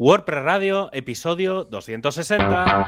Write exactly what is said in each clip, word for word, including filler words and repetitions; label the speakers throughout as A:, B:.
A: WordPress Radio, episodio doscientos sesenta.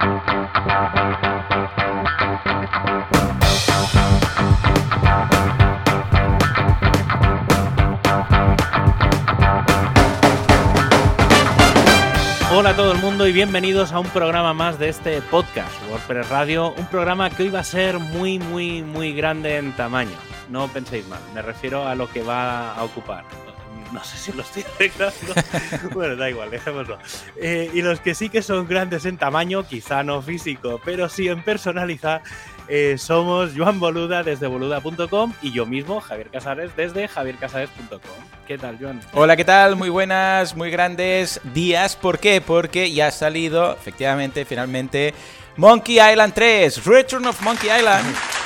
A: Hola a todo el mundo y bienvenidos a un programa más de este podcast, WordPress Radio, un programa que hoy va a ser muy, muy, muy grande en tamaño. No penséis mal, me refiero a lo que va a ocupar. No sé si lo estoy arreglando. Bueno, da igual, dejémoslo. Eh, y los que sí que son grandes en tamaño, quizá no físico, pero sí en personalizar, eh, somos Joan Boluda desde boluda punto com y yo mismo, Javier Casares, desde javier casares punto com. ¿Qué tal, Joan?
B: Hola, ¿qué tal? Muy buenas, muy grandes días. ¿Por qué? Porque ya ha salido, efectivamente, finalmente, Monkey Island tres, Return of Monkey Island.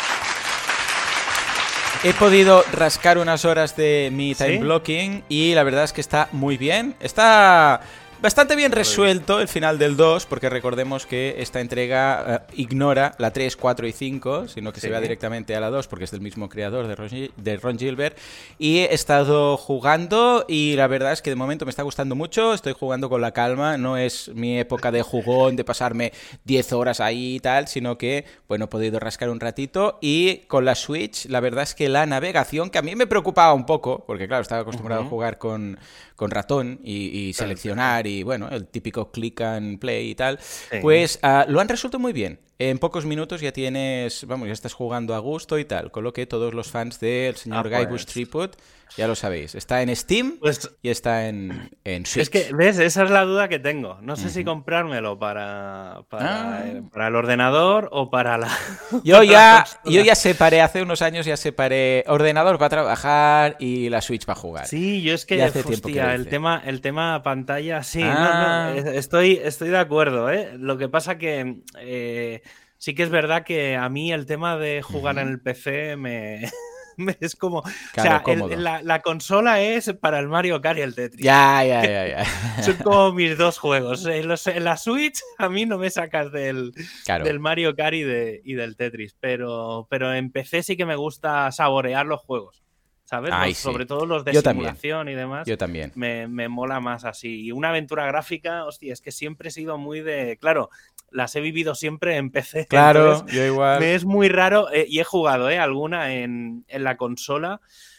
B: He podido rascar unas horas de mi time ¿Sí? blocking y la verdad es que está muy bien. Está bastante bien resuelto el final del dos, porque recordemos que esta entrega uh, ignora la tres, cuatro y cinco, sino que sí. se va directamente a la dos, porque es del mismo creador de Ron, de Ron Gilbert. Y he estado jugando y la verdad es que de momento me está gustando mucho. Estoy jugando con la calma, no es mi época de jugón, de pasarme diez horas ahí y tal, sino que, bueno, he podido rascar un ratito. Y con la Switch, la verdad es que la navegación, que a mí me preocupaba un poco, porque claro, estaba acostumbrado uh-huh. a jugar con, con ratón y, y seleccionar y, bueno, el típico click and play y tal, sí. pues uh, lo han resuelto muy bien. En pocos minutos ya tienes, vamos, ya estás jugando a gusto y tal, con lo que todos los fans del señor ah, Guybrush pues. Threepwood, ya lo sabéis, está en Steam pues, y está en, en Switch.
A: Es que, ¿ves? Esa es la duda que tengo. No sé uh-huh. si comprármelo para, para, ah. eh, para el ordenador o para la...
B: Yo para ya la yo ya separé, hace unos años ya separé ordenador para trabajar y la Switch para jugar.
A: Sí, yo es que, hace hostia, que el tema el tema pantalla, sí, ah. no, no, estoy, estoy de acuerdo, ¿eh? Lo que pasa que... Eh, sí que es verdad que a mí el tema de jugar uh-huh. en el P C me... es como, claro, o sea, el, la, la consola es para el Mario Kart y el Tetris.
B: Ya, ya, ya, ya.
A: Son como mis dos juegos. En, los, en la Switch a mí no me sacas del, claro. del Mario Kart y, de, y del Tetris, pero, pero en P C sí que me gusta saborear los juegos, ¿sabes?
B: Ay,
A: los,
B: sí.
A: Sobre todo los de
B: Yo
A: simulación
B: también.
A: y demás.
B: Yo también.
A: Me, me mola más así. Y una aventura gráfica, hostia, es que siempre he sido muy de... Claro, las he vivido siempre en P C.
B: Claro, entonces, yo igual.
A: Me es muy raro, eh, y he jugado eh, alguna en, en la consola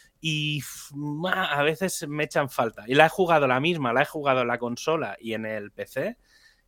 A: y ma, a veces me echan falta. Y la he jugado la misma, la he jugado en la consola y en el P C.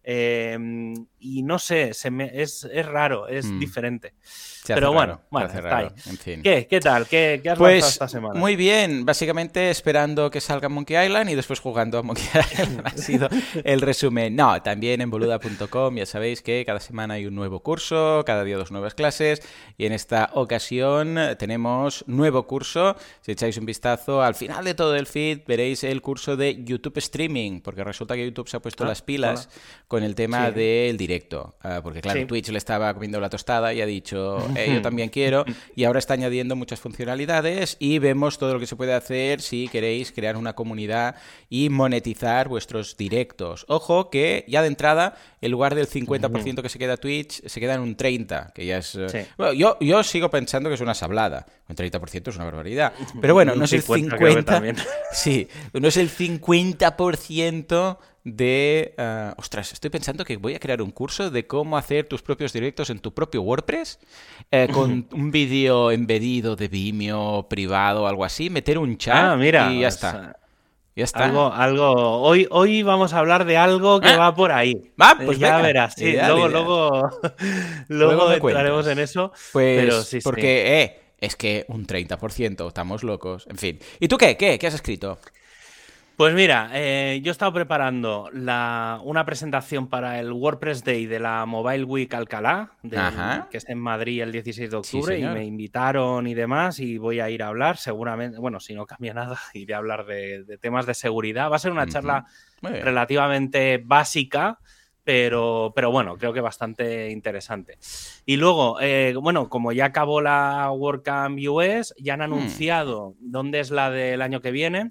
A: Eh, y no sé, se me, es, es raro, es mm. diferente. Pero bueno,
B: raro,
A: bueno está
B: raro.
A: ahí.
B: En fin.
A: ¿Qué? ¿Qué tal? ¿Qué, qué has
B: pues,
A: lanzado esta semana?
B: Muy bien, básicamente esperando que salga Monkey Island y después jugando a Monkey Island ha sido el resumen. No, también en boluda punto com ya sabéis que cada semana hay un nuevo curso, cada día dos nuevas clases y en esta ocasión tenemos nuevo curso. Si echáis un vistazo al final de todo el feed veréis el curso de YouTube Streaming, porque resulta que YouTube se ha puesto ah, las pilas hola. con el tema sí. del directo, uh, porque claro, sí. Twitch le estaba comiendo la tostada y ha dicho... Eh, yo también quiero, y ahora está añadiendo muchas funcionalidades y vemos todo lo que se puede hacer si queréis crear una comunidad y monetizar vuestros directos. Ojo que ya de entrada, en lugar del cincuenta por ciento que se queda Twitch, se queda en un treinta por ciento, que ya es... Sí. Bueno, yo, yo sigo pensando que es una sablada. Un treinta por ciento es una barbaridad. Pero bueno, no es el cincuenta por ciento... Sí, no es el cincuenta por ciento... de... Uh, ostras, estoy pensando que voy a crear un curso de cómo hacer tus propios directos en tu propio WordPress eh, con un vídeo embedido de Vimeo privado o algo así, meter un chat
A: ah, mira,
B: y ya está. Ya está.
A: Algo, algo... Hoy, hoy vamos a hablar de algo que ah, va por ahí.
B: Va, pues
A: eh, ya
B: venga.
A: verás. Sí,
B: ideal,
A: luego,
B: ideal.
A: luego, luego, luego entraremos
B: cuentas.
A: en eso.
B: Pues
A: pero sí,
B: porque,
A: sí.
B: eh, es que un treinta por ciento, estamos locos. En fin. ¿Y tú qué? ¿Qué? ¿Qué has escrito?
A: Pues mira, eh, yo he estado preparando la, una presentación para el WordPress Day de la Mobile Week Alcalá, de, que es en Madrid el dieciséis de octubre, sí, y me invitaron y demás, y voy a ir a hablar, seguramente, bueno, si no cambia nada, iré a hablar de, de temas de seguridad. Va a ser una uh-huh. charla relativamente básica, pero, pero bueno, creo que bastante interesante. Y luego, eh, bueno, como ya acabó la WordCamp U S, ya han anunciado mm. dónde es la del año que viene,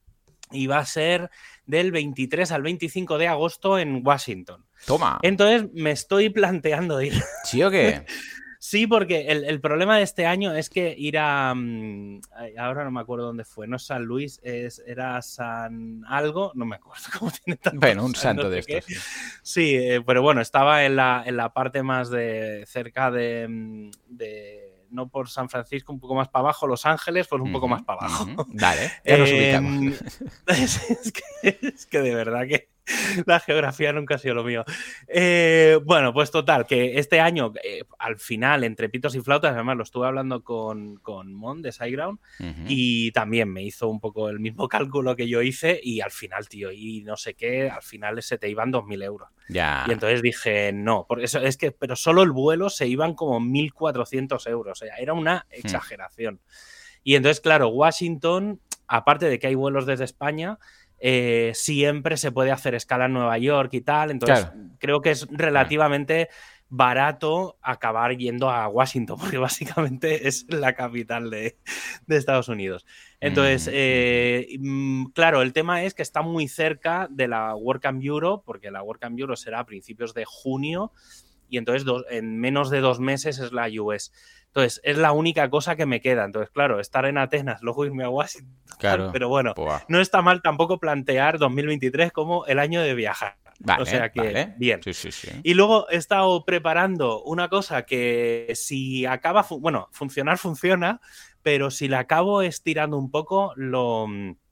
A: y va a ser del veintitrés al veinticinco de agosto en Washington.
B: Toma.
A: Entonces me estoy planteando ir.
B: ¿Sí o qué?
A: Sí, porque el, el problema de este año es que ir a... Um, ahora no me acuerdo dónde fue, no es San Luis, es, era San algo, no me acuerdo cómo tiene tanto.
B: Bueno, un santo no de estos.
A: Sí, sí eh, pero bueno, estaba en la, en la parte más de cerca de... de no por San Francisco, un poco más para abajo, Los Ángeles, pues un uh-huh, poco más para abajo.
B: Uh-huh. Vale, ya nos eh, ubicamos.
A: Es, es, que, es que de verdad que la geografía nunca ha sido lo mío. Eh, bueno, pues total, que este año, eh, al final, entre pitos y flautas, además lo estuve hablando con, con Mon de SiteGround uh-huh. y también me hizo un poco el mismo cálculo que yo hice y al final, tío, y no sé qué, al final se te iban dos mil euros.
B: Ya.
A: Y entonces dije, no, porque eso es que, pero solo el vuelo se iban como mil cuatrocientos euros, o sea, era una exageración. Hmm. Y entonces, claro, Washington, aparte de que hay vuelos desde España, Eh, siempre se puede hacer escala en Nueva York y tal, entonces claro. creo que es relativamente barato acabar yendo a Washington, porque básicamente es la capital de, de Estados Unidos. Entonces, eh, claro, el tema es que está muy cerca de la WordCamp Europe, porque la WordCamp Europe será a principios de junio, y entonces do, en menos de dos meses es la U S. Entonces, es la única cosa que me queda. Entonces, claro, estar en Atenas, luego irme a Washington. Claro. Pero bueno, Buah. no está mal tampoco plantear dos mil veintitrés como el año de viajar.
B: Vale,
A: o sea que,
B: vale.
A: bien.
B: Sí, sí, sí.
A: Y luego he estado preparando una cosa que si acaba, fu- bueno, funcionar, funciona, pero si la acabo estirando un poco, lo,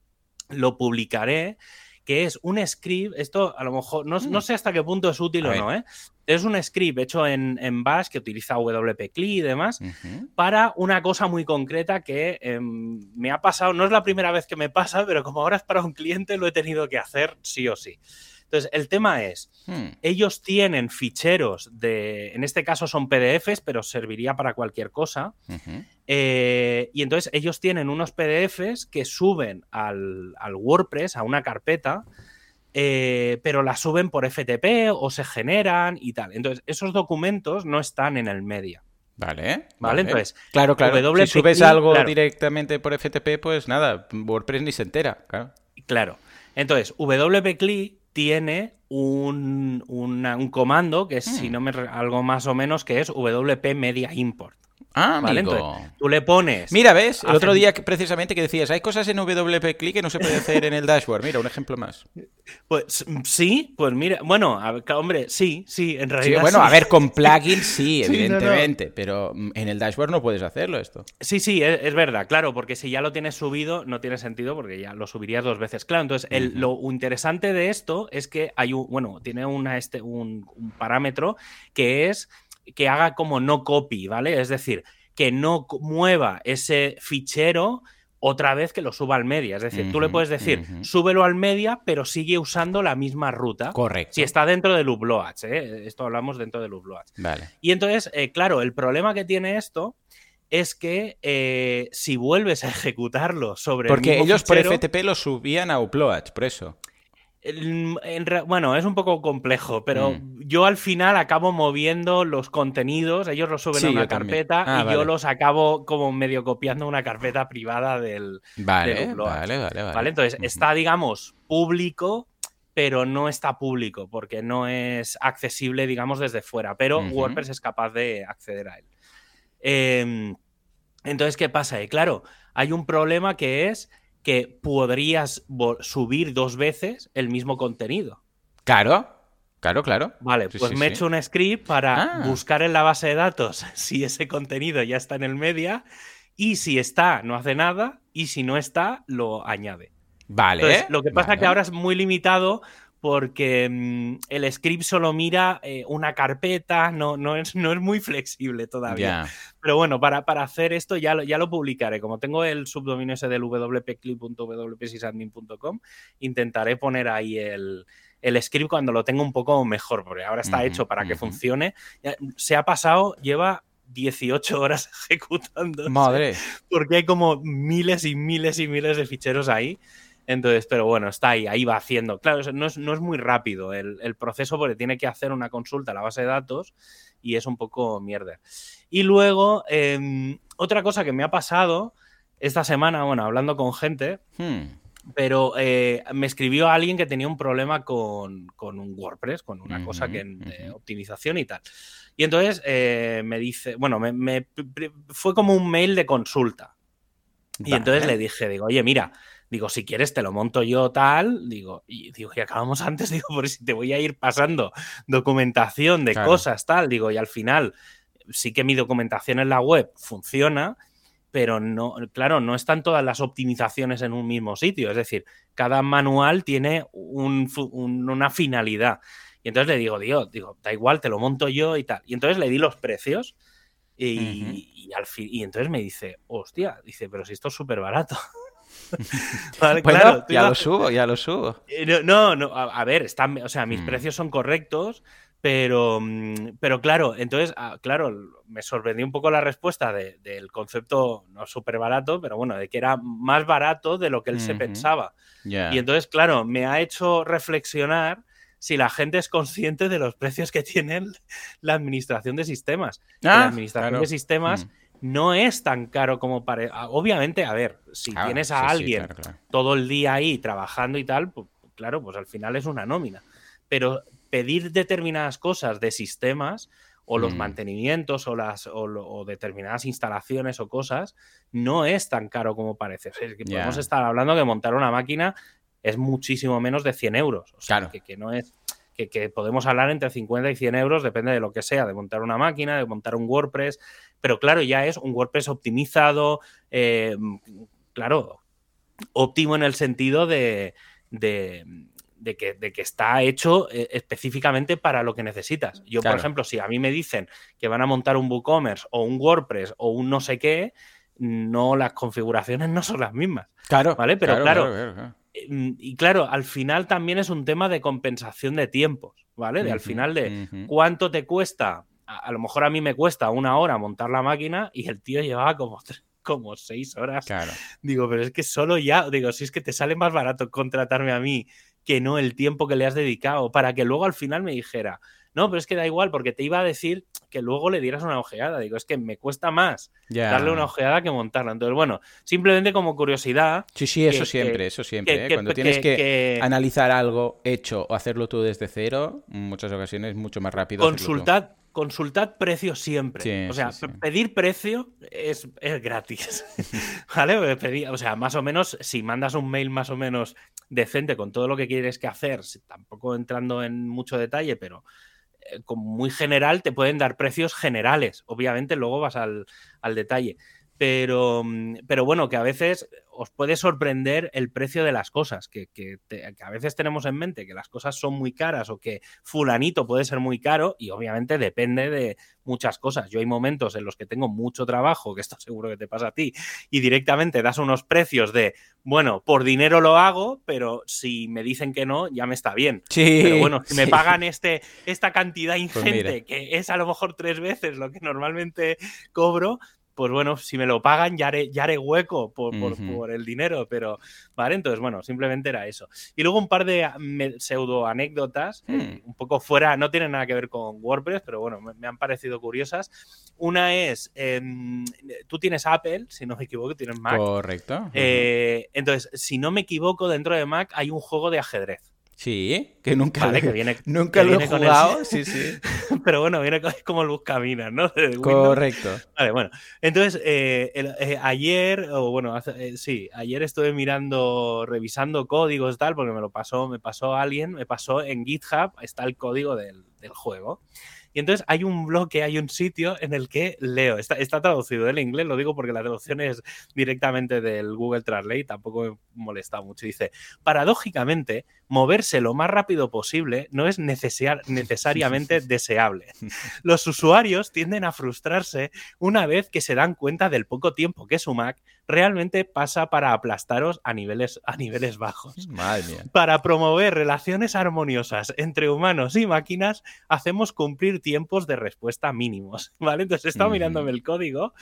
A: lo publicaré, que es un script, esto a lo mejor, no, no sé hasta qué punto es útil a o ver. no, ¿eh? Es un script hecho en, en Bash que utiliza W P C L I y demás uh-huh. para una cosa muy concreta que eh, me ha pasado, no es la primera vez que me pasa, pero como ahora es para un cliente lo he tenido que hacer sí o sí. Entonces, el tema es, hmm. ellos tienen ficheros de, en este caso son P D Fs, pero serviría para cualquier cosa. Uh-huh. Eh, y entonces ellos tienen unos P D Fs que suben al, al WordPress, a una carpeta, eh, pero la suben por F T P o se generan y tal. Entonces, esos documentos no están en el media.
B: Vale,
A: vale.
B: Vale,
A: entonces.
B: claro, claro.
A: W P C L I,
B: si subes algo
A: claro.
B: directamente por F T P, pues nada, WordPress ni se entera, claro.
A: Claro. Entonces, W P C L I tiene un, una, un comando que es, hmm. si no me algo más o menos, que es W P Media Import.
B: Ah,
A: ¿vale?
B: amigo.
A: Entonces, tú le pones...
B: Mira, ¿ves? El hacer... otro día precisamente que decías, hay cosas en W P C L I que no se puede hacer en el dashboard. Mira, un ejemplo más.
A: Pues sí, pues mira, bueno, a ver, hombre, sí, sí, en realidad
B: sí, Bueno,
A: sí.
B: a ver, con plugins sí,
A: sí,
B: evidentemente,
A: no, no.
B: pero en el dashboard no puedes hacerlo esto.
A: Sí, sí, es, es verdad, claro, porque si ya lo tienes subido no tiene sentido porque ya lo subirías dos veces. Claro, entonces el, uh-huh. lo interesante de esto es que hay un, bueno, tiene una, este, un, un parámetro que es que haga como no copy, ¿vale? Es decir, que no mueva ese fichero otra vez que lo suba al media. Es decir, uh-huh, tú le puedes decir, uh-huh. súbelo al media, pero sigue usando la misma ruta.
B: Correcto.
A: Si está dentro de Looploads, ¿eh? Esto hablamos dentro de Looploads.
B: Vale.
A: Y entonces, eh, claro, el problema que tiene esto es que eh, si vuelves a ejecutarlo sobre
B: Porque
A: el mismo
B: ellos
A: fichero,
B: por F T P lo subían a Uploads, por eso.
A: En, en, bueno, es un poco complejo, pero
B: mm.
A: yo al final acabo moviendo los contenidos, ellos los suben
B: sí,
A: a una carpeta
B: ah,
A: y
B: vale.
A: yo los acabo como medio copiando a una carpeta privada del,
B: vale,
A: del Uploads.
B: Vale, vale, vale.
A: ¿Vale? Entonces,
B: uh-huh.
A: está, digamos, público, pero no está público porque no es accesible, digamos, desde fuera, pero uh-huh. WordPress es capaz de acceder a él. Eh, entonces, ¿qué pasa? Y claro, hay un problema que es que podrías subir dos veces el mismo contenido.
B: Claro, claro, claro.
A: Vale,
B: sí,
A: pues
B: sí,
A: me he
B: sí.
A: hecho un script para
B: ah.
A: buscar en la base de datos si ese contenido ya está en el media y si está, no hace nada y si no está, lo añade.
B: Vale.
A: Entonces, lo que pasa
B: vale.
A: es que ahora es muy limitado porque mmm, el script solo mira eh, una carpeta, no, no, es, no es muy flexible todavía.
B: Yeah.
A: Pero bueno, para, para hacer esto ya lo, ya lo publicaré. Como tengo el subdominio ese del w p c l i punto w p sysadmin punto com, intentaré poner ahí el, el script cuando lo tenga un poco mejor, porque ahora está uh-huh, hecho para uh-huh. que funcione. Se ha pasado, lleva dieciocho horas ejecutando.
B: Madre.
A: Porque hay como miles y miles y miles de ficheros ahí. Entonces, pero bueno, está ahí, ahí va haciendo. Claro, no es, no es muy rápido el, el proceso porque tiene que hacer una consulta a la base de datos y es un poco mierda. Y luego, eh, otra cosa que me ha pasado esta semana, bueno, hablando con gente,
B: hmm.
A: Pero eh, me escribió alguien que tenía un problema con, con un WordPress, con una uh-huh, cosa que de uh-huh. optimización y tal. Y entonces eh, me dice, bueno, me, me, fue como un mail de consulta. Y vale. entonces le dije, digo, oye, mira, digo, si quieres te lo monto yo tal, digo, y digo, y acabamos antes, digo, por si te voy a ir pasando documentación de claro. cosas, tal, digo, y al final sí que mi documentación en la web funciona, pero no, claro, no están todas las optimizaciones en un mismo sitio. Es decir, cada manual tiene un, un, una finalidad. Y entonces le digo, Dios, digo, da igual, te lo monto yo y tal. Y entonces le di los precios y, uh-huh. y, al fin, y entonces me dice, hostia, dice, pero si esto es súper barato.
B: Vale, bueno, claro, ya lo subo, ya lo subo.
A: No, no, a, a ver, están, o sea, mis hmm. precios son correctos, pero, pero claro, entonces, claro, me sorprendió un poco la respuesta de, del concepto, no súper barato, pero bueno, de que era más barato de lo que él uh-huh. se pensaba. Yeah. Y entonces, claro, me ha hecho reflexionar si la gente es consciente de los precios que tiene la administración de sistemas. Ah, la administración claro. de sistemas... Hmm. No es tan caro como parece. Obviamente, a ver, si ah, tienes a sí, alguien sí, claro, claro. todo el día ahí trabajando y tal, pues claro, pues al final es una nómina. Pero pedir determinadas cosas de sistemas o los mm. mantenimientos o, las, o, o determinadas instalaciones o cosas no es tan caro como parece. O sea, es que yeah. podemos estar hablando que montar una máquina es muchísimo menos de cien euros. O sea, claro. que, que no es... Que, que podemos hablar entre cincuenta y cien euros, depende de lo que sea, de montar una máquina, de montar un WordPress, pero claro, ya es un WordPress optimizado, eh, claro, óptimo en el sentido de, de, de, que, de que está hecho eh, específicamente para lo que necesitas. Yo, claro. por ejemplo, si a mí me dicen que van a montar un WooCommerce o un WordPress o un no sé qué, no, las configuraciones no son las mismas.
B: Claro,
A: ¿vale? Pero
B: claro,
A: claro,
B: claro, claro, claro.
A: Y claro, al final también es un tema de compensación de tiempos, ¿vale? De uh-huh, al final de uh-huh. cuánto te cuesta, a, a lo mejor a mí me cuesta una hora montar la máquina y el tío llevaba como, como seis horas.
B: Claro.
A: Digo, pero es que solo ya, digo, si es que te sale más barato contratarme a mí que no el tiempo que le has dedicado, para que luego al final me dijera, no, pero es que da igual, porque te iba a decir que luego le dieras una ojeada. Digo, es que me cuesta más yeah. darle una ojeada que montarla. Entonces, bueno, simplemente como curiosidad...
B: Sí, sí, eso que, siempre, que, eso siempre. Que, ¿eh? Cuando que, tienes que, que analizar algo hecho o hacerlo tú desde cero, en muchas ocasiones es mucho más rápido.
A: Consultad, consultad precio siempre.
B: Sí,
A: o sea,
B: sí, sí.
A: pedir precio es, es gratis. ¿Vale? Pedir, o sea, más o menos, si mandas un mail más o menos decente con todo lo que quieres que hacer, tampoco entrando en mucho detalle, pero... como muy general, te pueden dar precios generales. Obviamente, luego vas al, al detalle. Pero, pero bueno, que a veces os puede sorprender el precio de las cosas, que, que, te, que a veces tenemos en mente que las cosas son muy caras o que fulanito puede ser muy caro y obviamente depende de muchas cosas. Yo hay momentos en los que tengo mucho trabajo, que esto seguro que te pasa a ti, y directamente das unos precios de, bueno, por dinero lo hago, pero si me dicen que no, ya me está bien.
B: Sí,
A: pero bueno, si
B: sí.
A: me pagan este, esta cantidad ingente,
B: pues
A: que es a lo mejor tres veces lo que normalmente cobro, pues bueno, si me lo pagan ya haré, ya haré hueco por, por, uh-huh. por el dinero, pero vale, entonces bueno, simplemente era eso. Y luego un par de me, pseudo anécdotas, hmm. eh, un poco fuera, no tienen nada que ver con WordPress, pero bueno, me, me han parecido curiosas. Una es, eh, tú tienes Apple, si no me equivoco, tienes Mac.
B: Correcto. Uh-huh.
A: Eh, entonces, si no me equivoco, dentro de Mac hay un juego de ajedrez.
B: Sí, que nunca,
A: vale,
B: lo,
A: que viene,
B: nunca
A: que
B: lo
A: viene
B: he jugado,
A: el...
B: sí, sí.
A: Pero bueno, viene como el Buscaminas, ¿no?
B: Correcto.
A: Vale, bueno. Entonces, eh, el, eh, ayer, o bueno, hace, eh, sí, ayer estuve mirando, revisando códigos y tal, porque me lo pasó, me pasó alguien, me pasó en GitHub, está el código del, del juego. Y entonces hay un bloque, hay un sitio en el que leo, está, está traducido del inglés, lo digo porque la traducción es directamente del Google Translate, tampoco me molesta mucho. Dice, paradójicamente, moverse lo más rápido posible no es necesar, necesariamente deseable. Los usuarios tienden a frustrarse una vez que se dan cuenta del poco tiempo que su Mac realmente pasa para aplastaros a niveles, a niveles bajos.
B: Madre mía.
A: Para promover relaciones armoniosas entre humanos y máquinas, hacemos cumplir tiempos de respuesta mínimos, ¿vale? Entonces he estado uh-huh. mirándome el código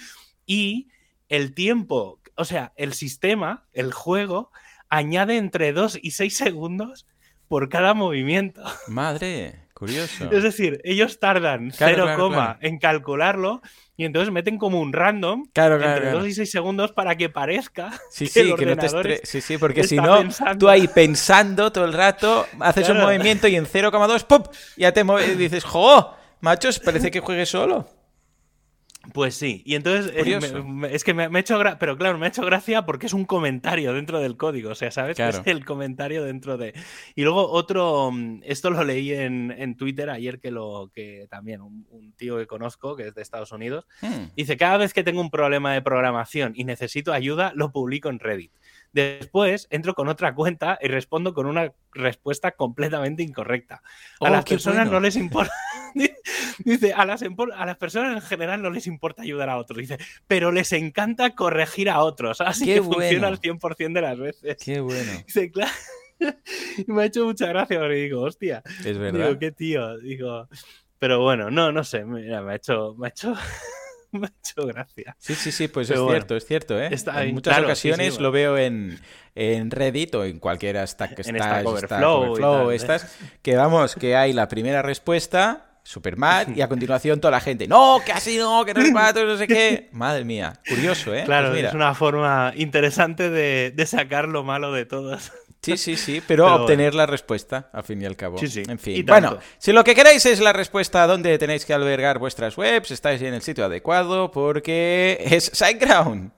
A: y el tiempo, o sea, el sistema, el juego, añade entre dos y seis segundos por cada movimiento.
B: Madre, Curioso.
A: Es decir, ellos tardan
B: claro,
A: cero,
B: claro, claro.
A: en calcularlo y entonces meten como un random
B: claro,
A: entre
B: claro, claro.
A: dos y seis segundos para que parezca
B: sí,
A: que
B: sí,
A: el
B: que no te
A: ordenador
B: estre... Sí, sí, porque si
A: está
B: no,
A: pensando.
B: tú ahí pensando todo el rato, haces
A: Claro.
B: un movimiento y en cero coma dos, ¡pum! Ya te mueves y dices, ¡jo! Machos, parece que juegues solo.
A: Pues sí, y entonces eh, me, me, es que me, me ha hecho gracia, pero claro, me ha hecho gracia porque es un comentario dentro del código, o sea, ¿sabes?
B: Claro.
A: Es el comentario dentro de... Y luego otro, esto lo leí en, en Twitter ayer que lo que también un, un tío que conozco, que es de Estados Unidos, hmm. dice, cada vez que tengo un problema de programación y necesito ayuda, lo publico en Reddit. Después entro con otra cuenta y respondo con una respuesta completamente incorrecta. A
B: oh,
A: las personas
B: bueno.
A: no les importa... Dice, a las, a las personas en general no les importa ayudar a otros, dice, pero les encanta corregir a otros. Así
B: Qué
A: que
B: bueno.
A: funciona al cien por ciento de las veces.
B: Qué bueno.
A: Dice, claro. Y me ha hecho mucha gracia porque digo, hostia.
B: Es verdad.
A: Digo, qué tío. Digo, pero bueno, no, no sé. Mira, me ha hecho... Me ha hecho... me ha hecho gracia.
B: Sí, sí, sí, pues
A: pero
B: es
A: bueno,
B: cierto, es cierto, ¿eh?
A: Está,
B: en muchas
A: claro,
B: ocasiones
A: sí, sí,
B: lo
A: bueno.
B: veo en, en Reddit o en cualquier stack que
A: en
B: está,
A: Stack Overflow,
B: Stack Overflow
A: y tal,
B: estas,
A: ¿eh?
B: que vamos, que hay la primera respuesta... Super mad, y a continuación toda la gente, no, que así no, que no es mato, no sé qué. Madre mía, curioso, ¿eh?
A: Claro,
B: pues mira.
A: es una forma interesante de, de sacar lo malo de todos.
B: Sí, sí, sí, pero, pero obtener bueno. la respuesta, al fin y al cabo.
A: Sí, sí.
B: En fin, bueno, si lo que queréis es la respuesta a dónde tenéis que albergar vuestras webs, estáis en el sitio adecuado porque es SiteGround.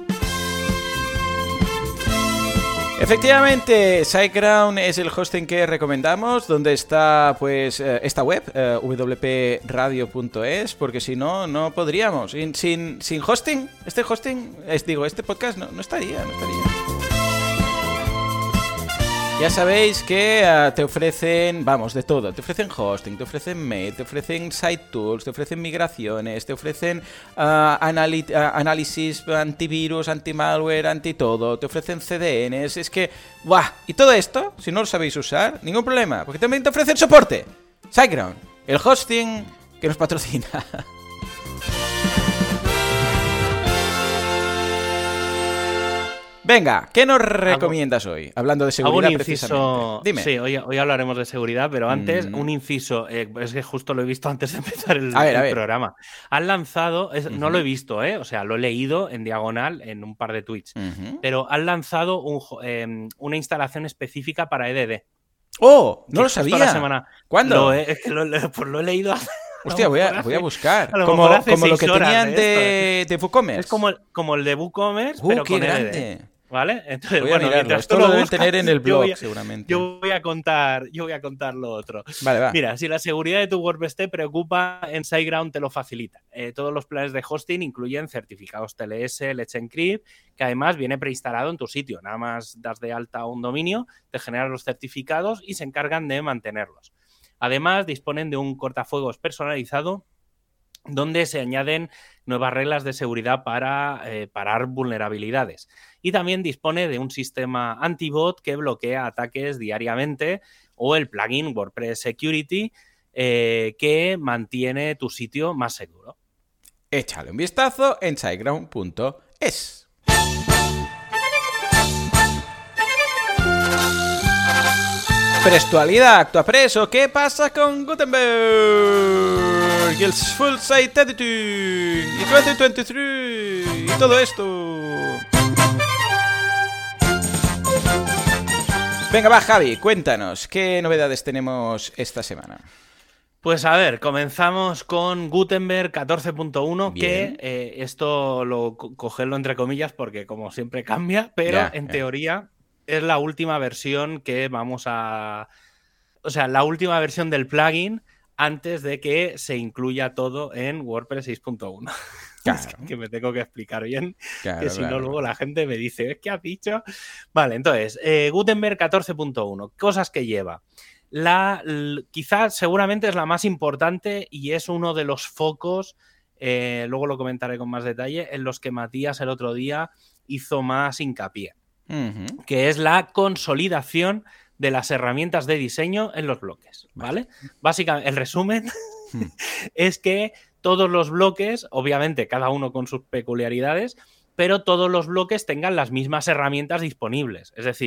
B: Efectivamente, SiteGround es el hosting que recomendamos, donde está pues esta web, eh, w p radio punto es, porque si no, no podríamos. Sin, sin, sin hosting, este hosting, es, digo, este podcast no, no estaría, no estaría. Ya sabéis que uh, te ofrecen, vamos, de todo. Te ofrecen hosting, te ofrecen mail, te ofrecen site tools, te ofrecen migraciones, te ofrecen uh, anali- uh, análisis antivirus, anti-malware, anti-todo, te ofrecen C D Ns. Es que, ¡buah! Y todo esto, si no lo sabéis usar, ningún problema, porque también te ofrecen soporte. SiteGround, el hosting que nos patrocina. Venga, ¿qué nos recomiendas hoy? Hablando de seguridad,
A: un inciso,
B: precisamente. Dime.
A: Sí, hoy, hoy hablaremos de seguridad, pero antes, mm. un inciso. Eh, es que justo lo he visto antes de empezar el,
B: a ver,
A: el
B: a ver.
A: programa. Han lanzado, es, uh-huh. no lo he visto, ¿eh? O sea, lo he leído en diagonal en un par de tweets, uh-huh. pero han lanzado un, eh, una instalación específica para E D D.
B: ¡Oh! No lo sabía.
A: La semana,
B: ¿Cuándo?
A: Lo he, es que lo, pues lo he leído hace...
B: Hostia, voy a,
A: hace,
B: voy a buscar.
A: A lo
B: como como lo que
A: de
B: tenían de,
A: de,
B: de WooCommerce.
A: Es como el, como el de WooCommerce,
B: uh,
A: pero
B: qué
A: con
B: grande.
A: E D D. ¿Vale? Entonces,
B: voy
A: bueno,
B: a mirarlo. Esto lo, lo deben tener en el blog,
A: yo a,
B: seguramente.
A: Yo voy a contar, yo voy a contar lo otro.
B: Vale, va.
A: Mira, si la seguridad de tu WordPress te preocupa, en SiteGround te lo facilita. Eh, todos los planes de hosting incluyen certificados T L S, Let's Encrypt, que además viene preinstalado en tu sitio. Nada más das de alta un dominio, te generan los certificados y se encargan de mantenerlos. Además, disponen de un cortafuegos personalizado donde se añaden nuevas reglas de seguridad para eh, parar vulnerabilidades. Y también dispone de un sistema antibot que bloquea ataques diariamente o el plugin WordPress Security eh, que mantiene tu sitio más seguro.
B: Échale un vistazo en siteground punto es. Prestualidad, Actuapreso, ¿qué pasa con Gutenberg? Y el Full Site Editing, y veinte veintitrés, y todo esto. Venga, va, Javi, cuéntanos, ¿qué novedades tenemos esta semana?
A: Pues a ver, comenzamos con Gutenberg catorce punto uno, que eh, esto lo co- cogerlo entre comillas porque como siempre cambia, pero
B: ya,
A: en
B: ya.
A: teoría es la última versión que vamos a... O sea, la última versión del plugin antes de que se incluya todo en WordPress seis punto uno.
B: Claro.
A: Es que me tengo que explicar bien,
B: Claro,
A: que si
B: claro.
A: no luego la gente me dice, ¿es que has dicho? Vale, entonces, eh, Gutenberg catorce punto uno, cosas que lleva. La, l- quizás seguramente es la más importante y es uno de los focos, eh, luego lo comentaré con más detalle, en los que Matías el otro día hizo más hincapié,
B: Uh-huh.
A: que es la consolidación de las herramientas de diseño en los bloques, ¿vale? Básicamente, el resumen
B: Hmm.
A: es que todos los bloques, obviamente cada uno con sus peculiaridades, pero todos los bloques tengan las mismas herramientas disponibles. Es decir,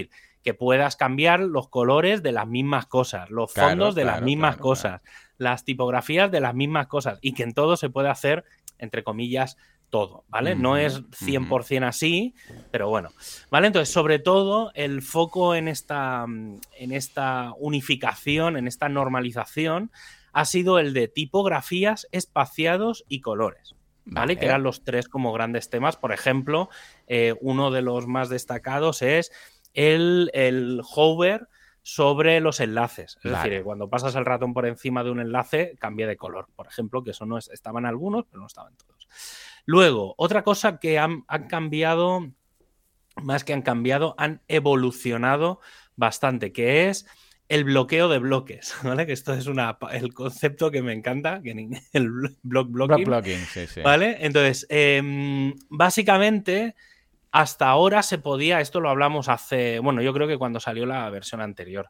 A: que puedas cambiar los colores de las mismas cosas, los
B: claro,
A: fondos de
B: claro,
A: las mismas
B: claro,
A: cosas, claro. las tipografías de las mismas cosas, y que en todo se puede hacer, entre comillas, todo, ¿vale? Uh-huh, no es cien por ciento uh-huh. así, pero bueno, ¿vale? Entonces, sobre todo, el foco en esta, en esta unificación, en esta normalización, ha sido el de tipografías, espaciados y colores, ¿vale? Vale. Que eran los tres como grandes temas. Por ejemplo, eh, uno de los más destacados es el, el hover sobre los enlaces. Es vale. decir, cuando pasas el ratón por encima de un enlace, cambia de color, por ejemplo, que eso no es, estaban algunos, pero no estaban todos. Luego, otra cosa que han, han cambiado, más que han cambiado, han evolucionado bastante, que es el bloqueo de bloques, ¿vale? Que esto es una, el concepto que me encanta, que el block blocking.
B: Block blocking, sí, sí.
A: ¿Vale? Entonces, eh, básicamente, hasta ahora se podía, esto lo hablamos hace, bueno, yo creo que cuando salió la versión anterior,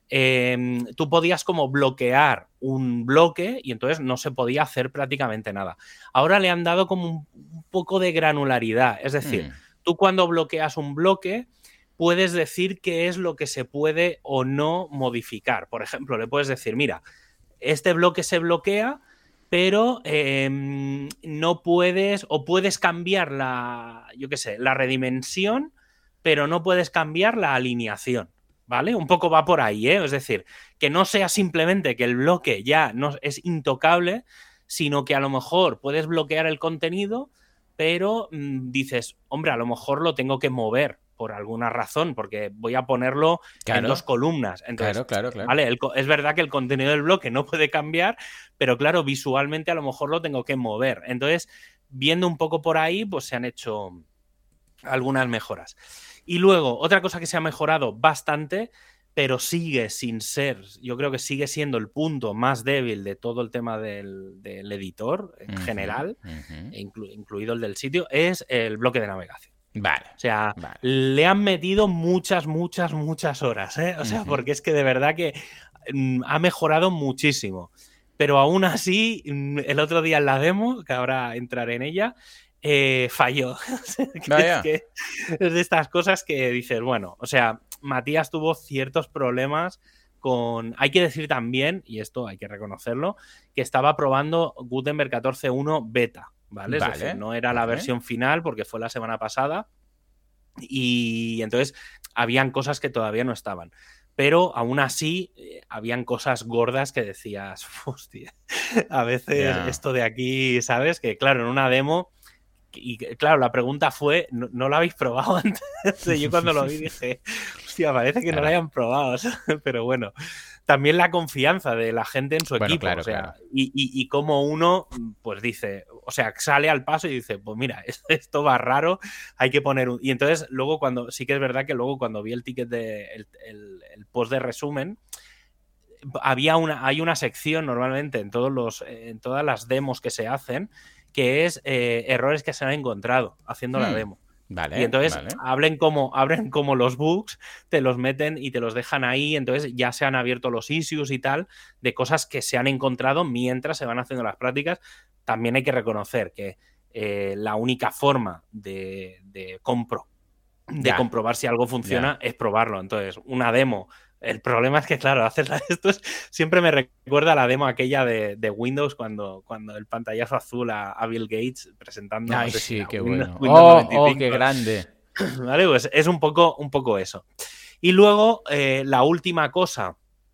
A: Eh, tú podías como bloquear un bloque y entonces no se podía hacer prácticamente nada. Ahora le han dado como un, un poco de granularidad. Es decir, mm. tú cuando bloqueas un bloque puedes decir qué es lo que se puede o no modificar. Por ejemplo, le puedes decir, mira, este bloque se bloquea, pero eh, no puedes, o puedes cambiar la, yo qué sé, la redimensión, pero no puedes cambiar la alineación. ¿Vale? Un poco va por ahí, ¿eh? Es decir, que no sea simplemente que el bloque ya no es intocable, sino que a lo mejor puedes bloquear el contenido, pero mmm, dices, hombre, a lo mejor lo tengo que mover por alguna razón, porque voy a ponerlo claro. en dos columnas. Entonces,
B: claro, claro, claro.
A: ¿vale? El, es verdad que el contenido del bloque no puede cambiar, pero claro, visualmente a lo mejor lo tengo que mover. Entonces, viendo un poco por ahí, pues se han hecho algunas mejoras. Y luego, otra cosa que se ha mejorado bastante, pero sigue sin ser, yo creo que sigue siendo el punto más débil de todo el tema del, del editor en uh-huh, general, uh-huh. inclu, incluido el del sitio, es el bloque de navegación.
B: Vale.
A: O sea,
B: vale.
A: le han metido muchas, muchas, muchas horas, ¿eh? O sea, uh-huh. porque es que de verdad que mm, ha mejorado muchísimo. Pero aún así, el otro día en la demo, que ahora entraré en ella, Eh, falló. que es, que es de estas cosas que dices, bueno, o sea, Matías tuvo ciertos problemas con... Hay que decir también, y esto hay que reconocerlo, que estaba probando Gutenberg catorce punto uno beta, ¿vale?
B: vale
A: Es decir, no era la
B: vale.
A: versión final porque fue la semana pasada y entonces habían cosas que todavía no estaban. Pero aún así, eh, habían cosas gordas que decías, hostia, a veces yeah. esto de aquí, ¿sabes? Que claro, en una demo... Y claro, la pregunta fue, ¿no, ¿no lo habéis probado antes? Yo cuando lo vi dije, hostia, parece que claro. no lo hayan probado. Pero bueno, también la confianza de la gente en su
B: bueno,
A: equipo.
B: Claro,
A: o sea,
B: claro.
A: y, y, y como uno, pues dice, o sea, sale al paso y dice, pues mira, esto va raro, hay que poner un... Y entonces luego cuando, sí que es verdad que luego cuando vi el ticket de, el, el, el post de resumen, había una, hay una sección normalmente en, todos los, en todas las demos que se hacen, que es eh, errores que se han encontrado haciendo hmm. la demo.
B: Vale,
A: y entonces
B: vale.
A: hablen como, abren como los bugs, te los meten y te los dejan ahí, entonces ya se han abierto los issues y tal, de cosas que se han encontrado mientras se van haciendo las prácticas. También hay que reconocer que eh, la única forma de, de, compro, de comprobar si algo funciona ya. es probarlo. Entonces, una demo... El problema es que, claro, hacerla esto es, siempre me recuerda a la demo aquella de, de Windows cuando, cuando el pantallazo azul a, a Bill Gates presentando...
B: Ay, sí, qué
A: Windows,
B: bueno.
A: Windows
B: Oh,
A: noventa y cinco.
B: oh, qué grande.
A: Vale, pues es un poco, un poco eso. Y luego, eh, la última cosa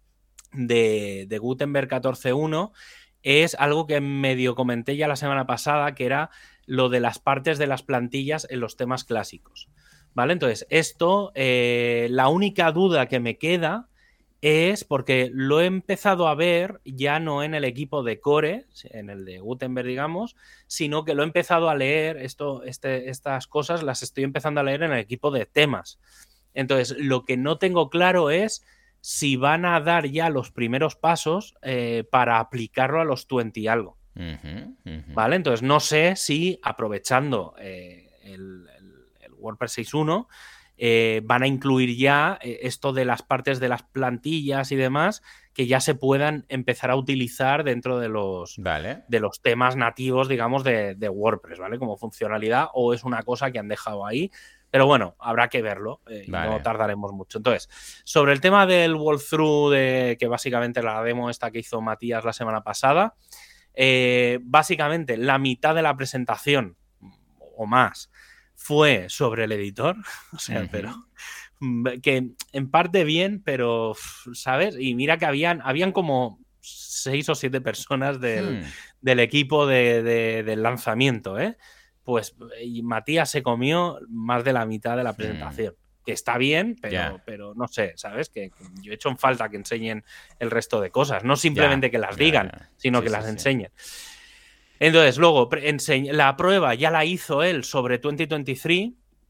A: de, de Gutenberg catorce punto uno es algo que medio comenté ya la semana pasada, que era lo de las partes de las plantillas en los temas clásicos. ¿Vale? Entonces, esto, eh, la única duda que me queda es porque lo he empezado a ver ya no en el equipo de Core, en el de Gutenberg, digamos, sino que lo he empezado a leer, esto, este, estas cosas las estoy empezando a leer en el equipo de temas. Entonces, lo que no tengo claro es si van a dar ya los primeros pasos eh, para aplicarlo a los veinte y algo.
B: Uh-huh, uh-huh.
A: ¿Vale? Entonces, no sé si aprovechando eh, el, el WordPress seis punto uno, eh, van a incluir ya eh, esto de las partes de las plantillas y demás que ya se puedan empezar a utilizar dentro de los,
B: vale.
A: de los temas nativos, digamos, de, de WordPress, ¿vale? Como funcionalidad, o es una cosa que han dejado ahí, Pero bueno, habrá que verlo eh, y
B: Vale.
A: no tardaremos mucho. Entonces, sobre el tema del walkthrough, de, que básicamente la demo esta que hizo Matías la semana pasada, eh, básicamente la mitad de la presentación o más fue sobre el editor, o sea, uh-huh. pero que en parte bien, pero, ¿sabes? Y mira que habían, habían como seis o siete personas del, hmm. del equipo de, de, del lanzamiento, ¿eh? Pues y Matías se comió más de la mitad de la presentación. Hmm. Que está bien, pero, yeah. pero no sé, ¿sabes? Que, que yo he hecho en falta que enseñen el resto de cosas. No simplemente yeah. que las digan, yeah, yeah. sino sí, que sí, las sí. enseñen. Entonces, luego, la prueba ya la hizo él sobre veinte veintitrés,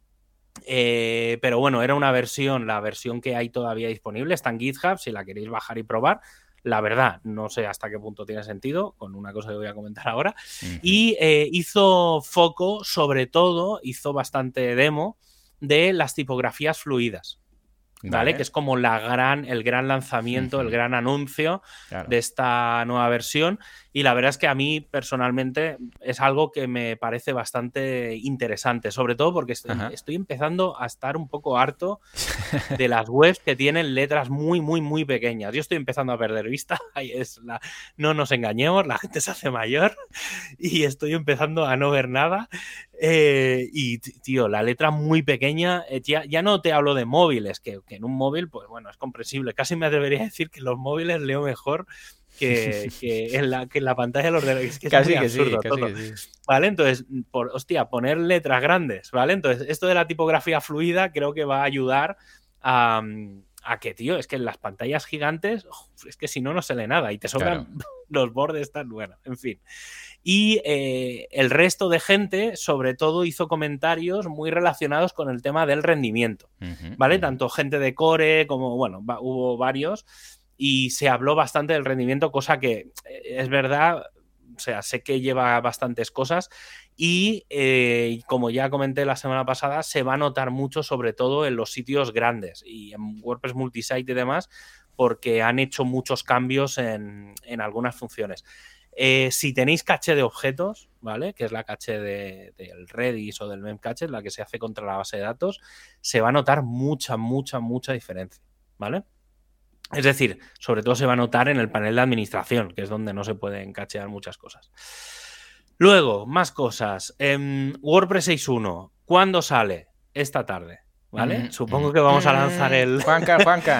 A: eh, pero bueno, era una versión, la versión que hay todavía disponible, está en GitHub, si la queréis bajar y probar. La verdad, no sé hasta qué punto tiene sentido, con una cosa que voy a comentar ahora. Uh-huh. Y eh, hizo foco, sobre todo, hizo bastante demo de las tipografías fluidas. ¿Vale? ¿Vale? Que es como la gran, el gran lanzamiento, uh-huh. el gran anuncio claro. de esta nueva versión. Y la verdad es que a mí, personalmente, es algo que me parece bastante interesante. Sobre todo porque estoy, uh-huh. estoy empezando a estar un poco harto de las webs que tienen letras muy, muy, muy pequeñas. Yo estoy empezando a perder vista. Es la... No nos engañemos, la gente se hace mayor y estoy empezando a no ver nada. Eh, y, tío, la letra muy pequeña, eh, ya, ya no te hablo de móviles, que, que en un móvil, pues bueno, es comprensible. Casi me atrevería a decir que en los móviles leo mejor que, que, en, la, que en la pantalla de los ordenadores. Es que
B: casi
A: es muy
B: que
A: absurdo
B: sí,
A: todo.
B: casi que sí.
A: ¿Vale? Entonces, por, hostia, poner letras grandes, ¿vale? Entonces, esto de la tipografía fluida creo que va a ayudar a... a que, tío, es que en las pantallas gigantes, es que si no, no se lee nada y te sobran claro. los bordes tan bueno, en fin. Y eh, el resto de gente, sobre todo, hizo comentarios muy relacionados con el tema del rendimiento, uh-huh, ¿vale? Uh-huh. Tanto gente de Core como, bueno, va, hubo varios y se habló bastante del rendimiento, cosa que eh, es verdad, o sea, sé que lleva bastantes cosas y, eh, como ya comenté la semana pasada, se va a notar mucho, sobre todo en los sitios grandes y en WordPress multisite y demás, porque han hecho muchos cambios en, en algunas funciones. Eh, si tenéis caché de objetos, ¿vale? Que es la caché de, del Redis o del Memcache, la que se hace contra la base de datos, se va a notar mucha, mucha, mucha diferencia, ¿vale? Es decir, sobre todo se va a notar en el panel de administración, que es donde no se pueden cachear muchas cosas. Luego, más cosas. Eh, WordPress seis punto uno, ¿cuándo sale? Esta tarde, ¿vale? Mm, Supongo mm, que vamos a lanzar el...
B: Juanca, Juanca.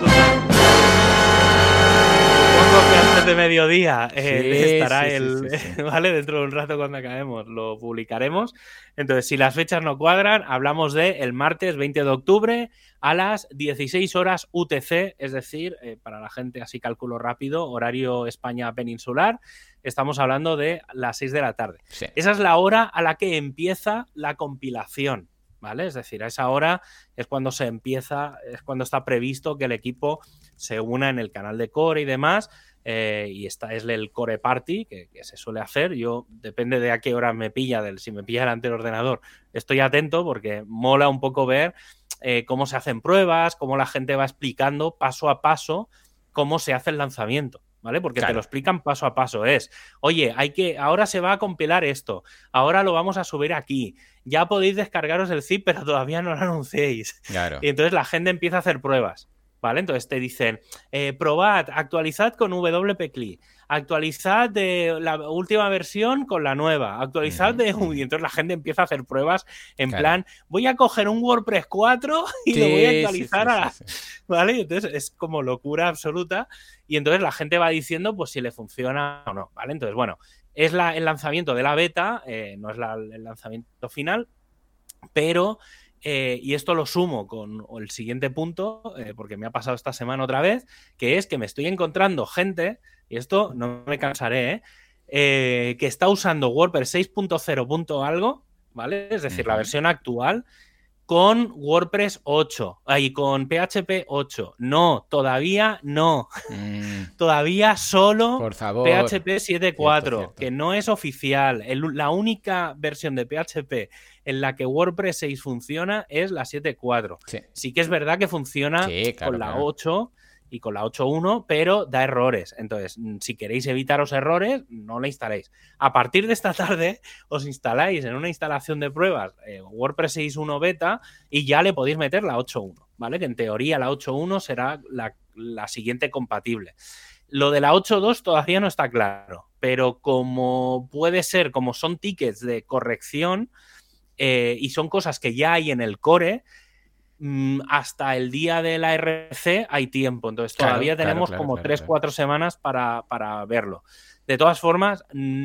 A: Supongo que antes de mediodía eh,
B: sí,
A: estará
B: sí,
A: el...
B: Sí, sí, sí.
A: ¿Vale? Dentro de un rato cuando acabemos lo publicaremos. Entonces, si las fechas no cuadran, hablamos de el martes veinte de octubre a las dieciséis horas U T C, es decir, eh, para la gente así cálculo rápido, horario España peninsular, estamos hablando de las seis de la tarde.
B: Sí.
A: Esa es la hora a la que empieza la compilación, ¿vale? Es decir, a esa hora es cuando se empieza, es cuando está previsto que el equipo se una en el canal de Core y demás, eh, y esta es el Core Party que, que se suele hacer. Yo, depende de a qué hora me pilla, del, si me pilla delante del ordenador, estoy atento porque mola un poco ver eh, cómo se hacen pruebas, cómo la gente va explicando paso a paso cómo se hace el lanzamiento, ¿vale? Porque claro. te lo explican paso a paso. Es, oye, hay que, ahora se va a compilar esto, ahora lo vamos a subir aquí, ya podéis descargaros el zip, pero todavía no lo anunciéis.
B: Claro.
A: Y entonces la gente empieza a hacer pruebas, ¿vale? Entonces te dicen, eh, probad, actualizad con W P C L I, actualizad de la última versión con la nueva, actualizad de... Y entonces la gente empieza a hacer pruebas en claro. plan, voy a coger un WordPress cuatro y sí, lo voy a actualizar, sí, sí, a... sí, sí. ¿vale? Entonces es como locura absoluta y entonces la gente va diciendo pues si le funciona o no, ¿vale? Entonces, bueno, es la, el lanzamiento de la beta, eh, no es la, el lanzamiento final, pero... Eh, y esto lo sumo con el siguiente punto, eh, porque me ha pasado esta semana otra vez, que es que me estoy encontrando gente, y esto no me cansaré, eh, eh, que está usando WordPress seis punto cero punto algo, ¿vale? Es decir, uh-huh. la versión actual, con WordPress ocho, y con P H P ocho. No, todavía no. Mm. Todavía solo
B: Por favor.
A: P H P siete punto cuatro, que no es oficial. El, la única versión de P H P en la que WordPress seis funciona es la siete punto cuatro. Sí. sí que es verdad que funciona sí, claro, con la claro. ocho y con la ocho punto uno, pero da errores. Entonces, si queréis evitaros errores, no la instaléis. A partir de esta tarde, os instaláis en una instalación de pruebas eh, WordPress seis punto uno beta y ya le podéis meter la ocho punto uno, ¿vale? Que en teoría la ocho punto uno será la, la siguiente compatible. Lo de la ocho punto dos todavía no está claro, pero como puede ser, como son tickets de corrección eh, y son cosas que ya hay en el core, hasta el día de la R C hay tiempo, entonces todavía claro, tenemos claro, claro, como tres cuatro claro. semanas para, para verlo. De todas formas,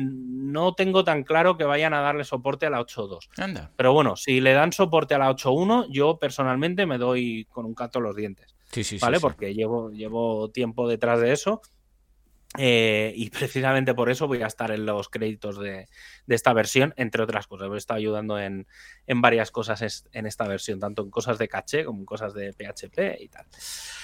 A: no tengo tan claro que vayan a darle soporte a la ocho punto dos. Anda. Pero bueno, si le dan soporte a la ocho punto uno, yo personalmente me doy con un canto en los dientes.
B: Sí, sí,
A: ¿vale?
B: Sí,
A: Porque
B: sí.
A: Llevo, llevo tiempo detrás de eso. Eh, y precisamente por eso voy a estar en los créditos de, de esta versión, entre otras cosas. He estado ayudando en, en varias cosas es, en esta versión, tanto en cosas de caché como en cosas de P H P y tal.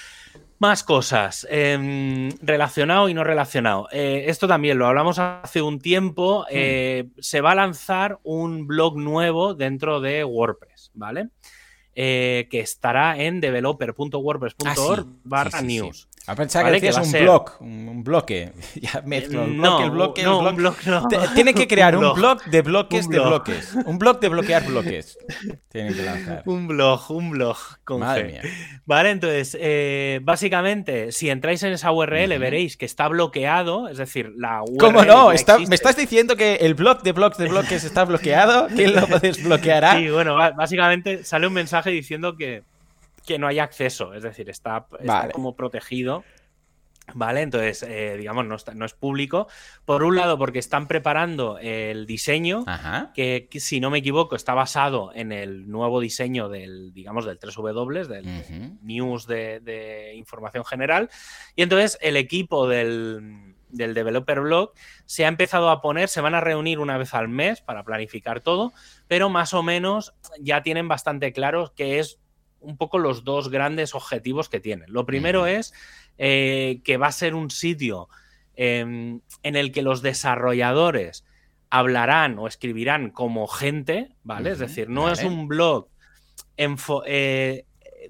A: Más cosas, eh, relacionado y no relacionado. Eh, esto también lo hablamos hace un tiempo. Eh, hmm. Se va a lanzar un blog nuevo dentro de WordPress, ¿vale? Eh, que estará en developer punto wordpress punto org ah, sí. barra
B: sí, sí,
A: news.
B: Sí. A pensar ¿vale? que decías que un ser... blog, un bloque. Ya mezclo el bloque,
A: no,
B: el bloque,
A: no,
B: el blog.
A: Un blog no.
B: Tiene que crear un blog, un blog de bloques
A: un
B: de
A: blog.
B: bloques. Un blog de bloquear bloques. Tiene que lanzar.
A: Un blog, un blog con
B: Madre
A: G.
B: Mía.
A: Vale, entonces, eh, básicamente, si entráis en esa U R L, uh-huh. veréis que está bloqueado, es decir, la U R L.
B: ¿Cómo no? Está, ¿Me estás diciendo que el blog de blogs de bloques está bloqueado? ¿Quién lo desbloqueará?
A: Sí, bueno, básicamente sale un mensaje diciendo que. que no hay acceso, es decir, está, está vale. como protegido, ¿vale? Entonces, eh, digamos, no, está, no es público. Por un lado, porque están preparando el diseño, que, que, si no me equivoco, está basado en el nuevo diseño del, digamos, del tres W, del uh-huh. News de, de Información General. Y entonces, el equipo del, del Developer Blog se ha empezado a poner, se van a reunir una vez al mes para planificar todo, pero más o menos ya tienen bastante claro qué es un poco los dos grandes objetivos que tienen. Lo primero uh-huh. es eh, que va a ser un sitio eh, en el que los desarrolladores hablarán o escribirán como gente, ¿vale? Uh-huh. Es decir, no vale. es un blog... Enfo- eh,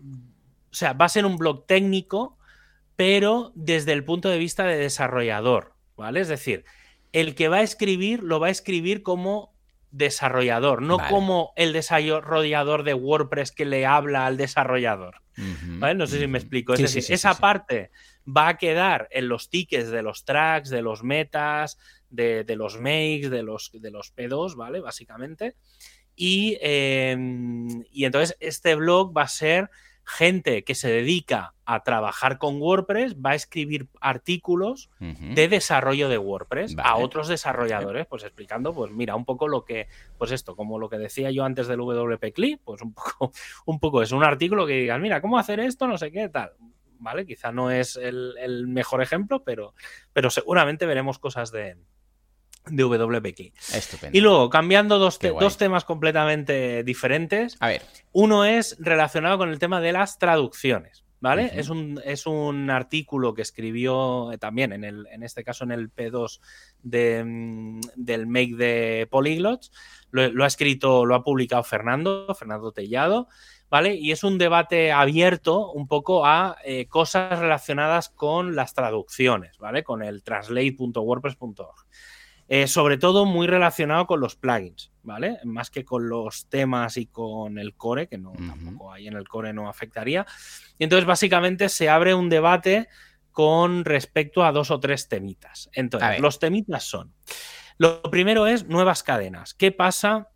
A: o sea, va a ser un blog técnico, pero desde el punto de vista de desarrollador, ¿vale? Es decir, el que va a escribir lo va a escribir como... desarrollador, no vale. como el desarrollador de WordPress que le habla al desarrollador. Uh-huh, ¿vale? No sé uh-huh. si me explico. Es sí, decir, sí, sí, esa sí, parte sí. va a quedar en los tickets de los tracks, de los metas, de, de los makes, de los, de los P dos, ¿vale? Básicamente. Y, eh, y entonces este blog va a ser gente que se dedica a trabajar con WordPress, va a escribir artículos uh-huh. de desarrollo de WordPress vale. a otros desarrolladores, pues explicando, pues mira, un poco lo que, pues esto, como lo que decía yo antes del W P C L I, pues un poco, un poco es un artículo que digas, mira, ¿cómo hacer esto? No sé qué, tal. Vale, quizá no es el, el mejor ejemplo, pero, pero seguramente veremos cosas de... de W P C L I.
B: Estupendo.
A: Y luego, cambiando dos, te- dos temas completamente diferentes.
B: A ver.
A: Uno es relacionado con el tema de las traducciones, ¿vale?
B: Uh-huh.
A: Es un, es un artículo que escribió eh, también, en, el, en este caso en el P dos de, mm, del Make de Polyglots. Lo, lo ha escrito, lo ha publicado Fernando, Fernando Tellado, ¿vale? Y es un debate abierto un poco a eh, cosas relacionadas con las traducciones, ¿vale? Con el translate punto wordpress punto org. Eh, sobre todo muy relacionado con los plugins, ¿vale? Más que con los temas y con el core, que no, uh-huh. tampoco ahí en el core no afectaría. Y entonces, básicamente, se abre un debate con respecto a dos o tres temitas. Entonces, los temitas son... Lo primero es nuevas cadenas. ¿Qué pasa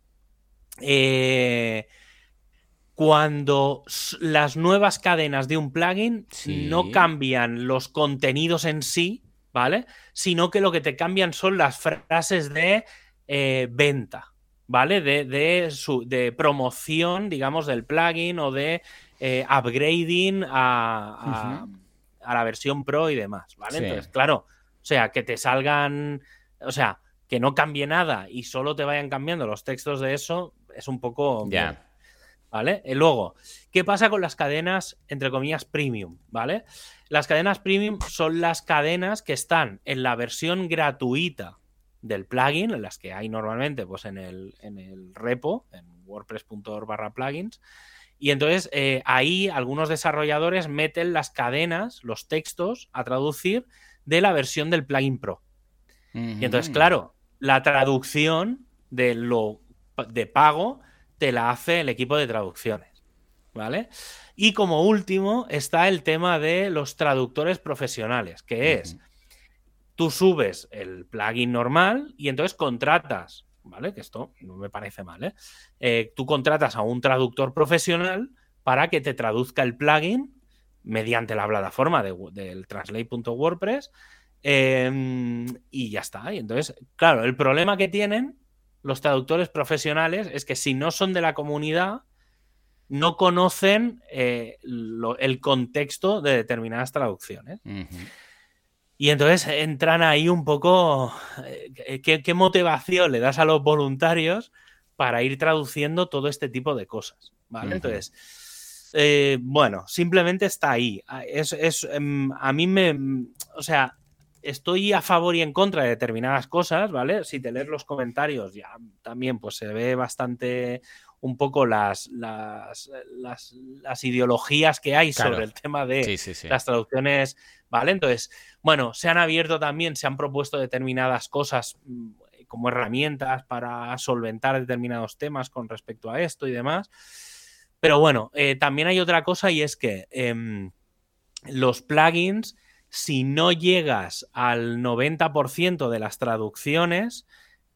A: eh, cuando las nuevas cadenas de un plugin sí. no cambian los contenidos en sí, ¿vale? Sino que lo que te cambian son las frases de eh, venta, ¿vale? De, de, su, de promoción, digamos, del plugin o de eh, upgrading a, a, uh-huh. a la versión Pro y demás, ¿vale? Sí. Entonces, claro, o sea, que te salgan... O sea, que no cambie nada y solo te vayan cambiando los textos de eso es un poco...
B: Ya. Yeah.
A: ¿Vale? Y luego, ¿qué pasa con las cadenas, entre comillas, premium? ¿Vale? Las cadenas premium son las cadenas que están en la versión gratuita del plugin, en las que hay normalmente pues en el, en el repo, en wordpress punto org barra plugins, Y entonces eh, ahí algunos desarrolladores meten las cadenas, los textos a traducir de la versión del plugin Pro. Uh-huh. Y entonces, claro, la traducción de lo de pago te la hace el equipo de traducciones, ¿vale? Y como último está el tema de los traductores profesionales, que uh-huh. es, tú subes el plugin normal y entonces contratas, ¿vale? Que esto no me parece mal, ¿eh? Eh, tú contratas a un traductor profesional para que te traduzca el plugin mediante la plataforma de, del translate punto wordpress eh, y ya está. Y entonces, claro, el problema que tienen los traductores profesionales es que si no son de la comunidad, no conocen eh, lo, el contexto de determinadas traducciones. Uh-huh. Y entonces entran ahí un poco... Eh, ¿qué, ¿Qué motivación le das a los voluntarios para ir traduciendo todo este tipo de cosas? ¿Vale? Uh-huh. Entonces, eh, bueno, simplemente está ahí. Es, es, um, a mí me... O sea, estoy a favor y en contra de determinadas cosas, ¿vale? Si te lees los comentarios ya también pues se ve bastante... un poco las, las, las, las ideologías que hay claro. sobre el tema de sí, sí, sí. las traducciones, ¿vale? Entonces, bueno, se han abierto también, se han propuesto determinadas cosas como herramientas para solventar determinados temas con respecto a esto y demás. Pero bueno, eh, también hay otra cosa y es que eh, los plugins, si no llegas al noventa por ciento de las traducciones,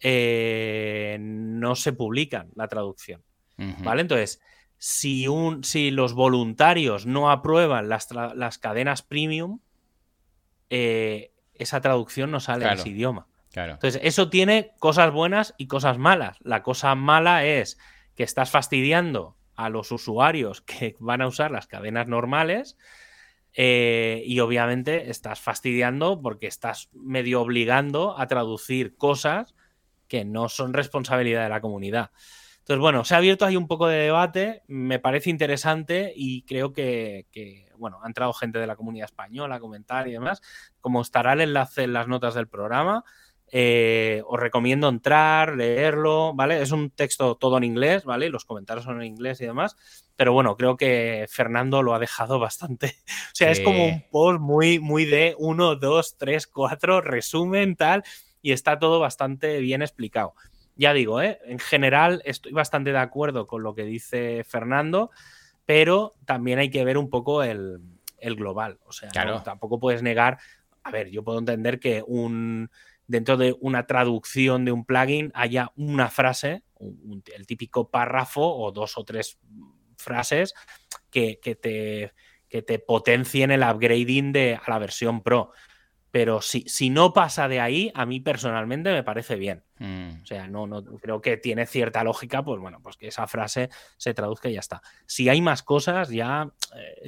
A: eh, no se publican la traducción. Uh-huh. ¿Vale? Entonces, si, un, si los voluntarios no aprueban las, tra- las cadenas premium, eh, esa traducción no sale claro. en ese idioma.
B: Claro.
A: Entonces, eso tiene cosas buenas y cosas malas. La cosa mala es que estás fastidiando a los usuarios que van a usar las cadenas normales eh, y obviamente estás fastidiando porque estás medio obligando a traducir cosas que no son responsabilidad de la comunidad. Entonces, bueno, se ha abierto ahí un poco de debate, me parece interesante y creo que, que, bueno, ha entrado gente de la comunidad española a comentar y demás. Como estará el enlace en las notas del programa, eh, os recomiendo entrar, leerlo, ¿vale? Es un texto todo en inglés, ¿vale? Y los comentarios son en inglés y demás, pero bueno, creo que Fernando lo ha dejado bastante. O sea, sí. es como un post muy, muy de uno, dos, tres, cuatro, resumen, tal, y está todo bastante bien explicado. Ya digo, ¿eh? En general estoy bastante de acuerdo con lo que dice Fernando, pero también hay que ver un poco el, el global. O sea,
B: claro.
A: no, tampoco puedes negar... A ver, yo puedo entender que un dentro de una traducción de un plugin haya una frase, un, un, el típico párrafo o dos o tres frases que, que, te, que te potencien el upgrading de, a la versión Pro. Pero si, si no pasa de ahí, a mí personalmente me parece bien. Mm. O sea, no, no creo que tiene cierta lógica, pues bueno, pues que esa frase se traduzca y ya está. Si hay más cosas, ya... Eh,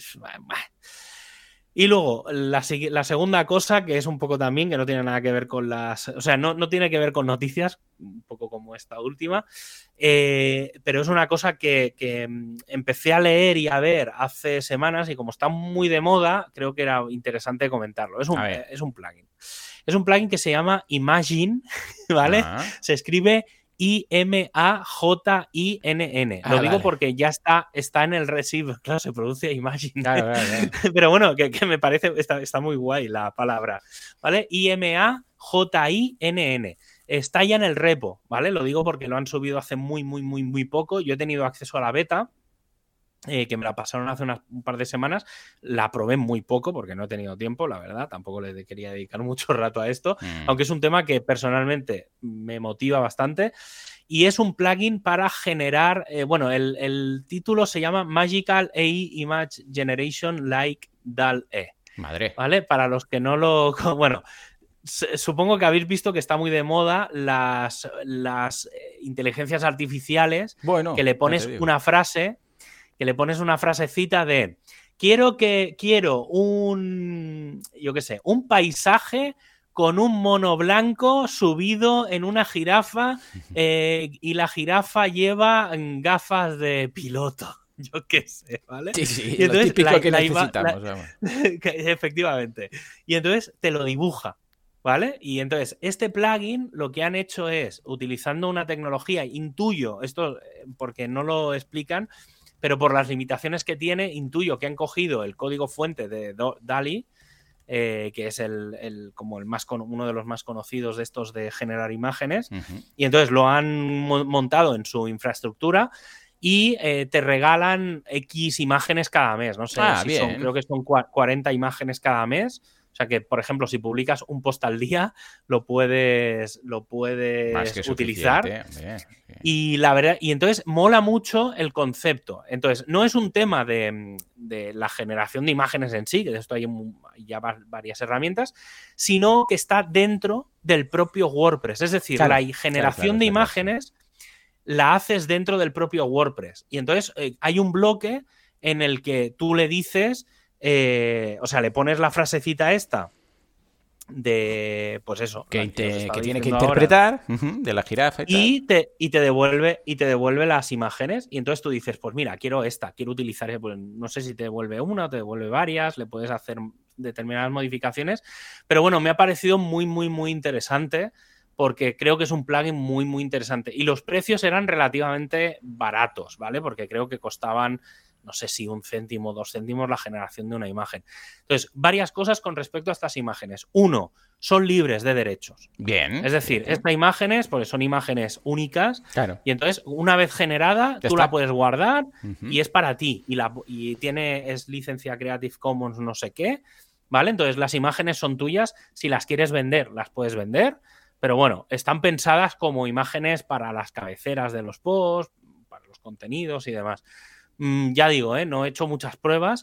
A: y luego, la, la segunda cosa, que es un poco también, que no tiene nada que ver con las... O sea, no, no tiene que ver con noticias, un poco como esta última, eh, pero es una cosa que, que empecé a leer y a ver hace semanas y como está muy de moda, creo que era interesante comentarlo. Es un, es un plugin. Es un plugin que se llama Imagine, ¿vale? Uh-huh. Se escribe I M A J I N N. Ah, Lo digo vale. porque ya está, está en el recibo. Claro, se produce Imagine.
B: Claro, claro, claro.
A: Pero bueno, que, que me parece, está, está muy guay la palabra. ¿Vale? I M A J I N N. Está ya en el repo, ¿vale? Lo digo porque lo han subido hace muy, muy, muy, muy poco. Yo he tenido acceso a la beta. Eh, que me la pasaron hace unas, un par de semanas, la probé muy poco porque no he tenido tiempo, la verdad, tampoco le quería dedicar mucho rato a esto, mm. aunque es un tema que personalmente me motiva bastante y es un plugin para generar, eh, bueno, el, el título se llama Magical A I Image Generation Like D A L L-E.
B: Madre.
A: ¿Vale? Para los que no lo... Bueno... Supongo que habéis visto que está muy de moda las, las inteligencias artificiales
B: bueno,
A: que le pones una frase... que le pones una frasecita de quiero que quiero un yo qué sé, un paisaje con un mono blanco subido en una jirafa eh, y la jirafa lleva gafas de piloto. Yo qué sé, ¿vale?
B: Sí, sí,
A: y entonces,
B: lo típico
A: la,
B: que
A: la,
B: necesitamos.
A: la, efectivamente. Y entonces te lo dibuja, ¿vale? Y entonces este plugin lo que han hecho es, utilizando una tecnología, intuyo, esto porque no lo explican, pero por las limitaciones que tiene, intuyo que han cogido el código fuente de DALL-E, eh, que es el, el, como el más con, uno de los más conocidos de estos de generar imágenes, uh-huh. y entonces lo han montado en su infraestructura y eh, te regalan X imágenes cada mes. No sé
B: ah,
A: si
B: bien.
A: son, creo que son cuarenta imágenes cada mes. O sea que, por ejemplo, si publicas un post al día, lo puedes, lo puedes utilizar. Bien, bien. Y la verdad, y entonces mola mucho el concepto. Entonces, no es un tema de, de la generación de imágenes en sí, que de esto hay ya varias herramientas, sino que está dentro del propio WordPress. Es decir, claro, la generación claro, claro, de imágenes la haces dentro del propio WordPress. Y entonces eh, hay un bloque en el que tú le dices... Eh, o sea, le pones la frasecita esta de, pues eso,
B: que, te, que, que tiene que interpretar uh-huh, de la jirafa y,
A: y, te, y te devuelve y te devuelve las imágenes y entonces tú dices, pues mira, quiero esta, quiero utilizar, pues, no sé si te devuelve una o te devuelve varias, le puedes hacer determinadas modificaciones, pero bueno, me ha parecido muy, muy, muy interesante porque creo que es un plugin muy, muy interesante y los precios eran relativamente baratos, ¿vale? Porque creo que costaban... no sé si un céntimo, dos céntimos la generación de una imagen. Entonces, varias cosas con respecto a estas imágenes. Uno, son libres de derechos.
B: Bien.
A: Es decir,
B: bien.
A: estas imágenes, porque son imágenes únicas,
B: claro.
A: y entonces, una vez generada,
B: ya
A: tú
B: está.
A: la puedes guardar
B: uh-huh.
A: y es para ti. Y, la, y tiene, es licencia Creative Commons no sé qué, ¿vale? Entonces, las imágenes son tuyas. Si las quieres vender, las puedes vender. Pero bueno, están pensadas como imágenes para las cabeceras de los posts, para los contenidos y demás. Ya digo, ¿eh? No he hecho muchas pruebas,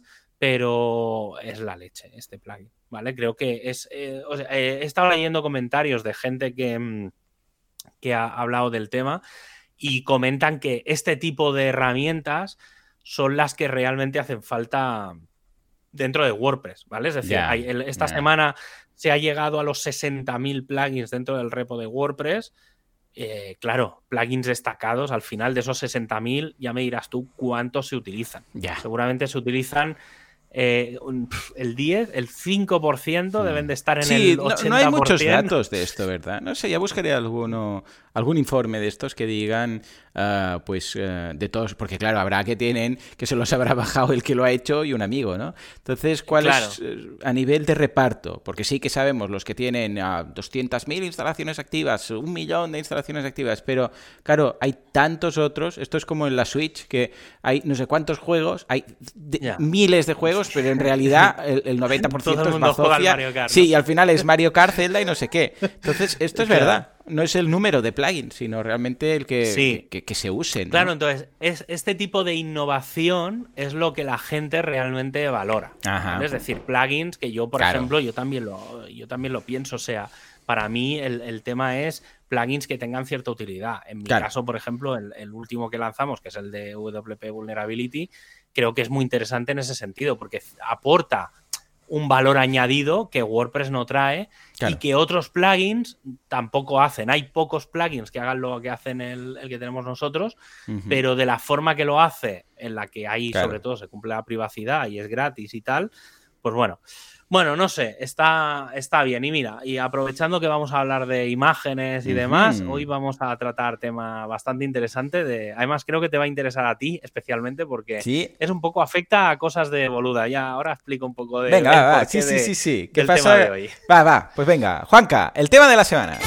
A: pero es la leche este plugin, ¿vale? Creo que es... Eh, o sea, eh, he estado leyendo comentarios de gente que, que ha hablado del tema y comentan que este tipo de herramientas son las que realmente hacen falta dentro de WordPress, ¿vale? Es decir,
B: yeah,
A: hay, el, esta
B: yeah.
A: semana se ha llegado a los sesenta mil plugins dentro del repo de WordPress. Eh, claro, plugins destacados, al final de esos sesenta mil ya me dirás tú cuántos se utilizan.
B: Yeah.
A: Seguramente se utilizan eh, un, el diez, el cinco por ciento deben de estar en
B: sí,
A: el ochenta por ciento.
B: No, no hay muchos datos de esto, ¿verdad? No sé, ya buscaré alguno, algún informe de estos que digan uh, pues uh, de todos, porque claro, habrá que tienen, que se los habrá bajado el que lo ha hecho y un amigo, ¿no? Entonces, ¿cuál
A: claro.
B: es uh, a nivel de reparto? Porque sí que sabemos los que tienen uh, doscientas mil instalaciones activas, un millón de instalaciones activas, pero claro, hay tantos otros, esto es como en la Switch, que hay no sé cuántos juegos, hay de, yeah. miles de juegos, pero en realidad el, el noventa por ciento
A: Todo el
B: es
A: mundo juega
B: bazofia.
A: al Mario Kart, ¿no?
B: Sí, y al final es Mario Kart, Zelda y no sé qué. Entonces, esto es claro. verdad. No es el número de plugins, sino realmente el que, sí. que, que, que se usen, ¿no?
A: Claro, entonces, es, este tipo de innovación es lo que la gente realmente valora.
B: Ajá.
A: Es decir, plugins que yo, por
B: claro.
A: ejemplo, yo también lo, yo también lo pienso. O sea, para mí el, el tema es plugins que tengan cierta utilidad. En mi claro. caso, por ejemplo, el, el último que lanzamos, que es el de W P Vulnerability, creo que es muy interesante en ese sentido, porque aporta un valor añadido que WordPress no trae claro. y que otros plugins tampoco hacen. Hay pocos plugins que hagan lo que hacen el, el que tenemos nosotros, uh-huh. pero de la forma que lo hace, en la que ahí claro. sobre todo se cumple la privacidad y es gratis y tal, pues bueno. Bueno, no sé, está, está bien. Y mira, y aprovechando que vamos a hablar de imágenes y uh-huh. demás, hoy vamos a tratar tema bastante interesante. De, además, creo que te va a interesar a ti especialmente porque
B: ¿Sí?
A: es un poco, afecta a cosas de boluda. Ya, ahora explico un poco de...
B: Venga, va, va. Sí,
A: de,
B: sí, sí, sí. ¿Qué
A: del
B: pasa?
A: Tema de hoy.
B: Va, va, pues venga. Juanca, el tema de la semana.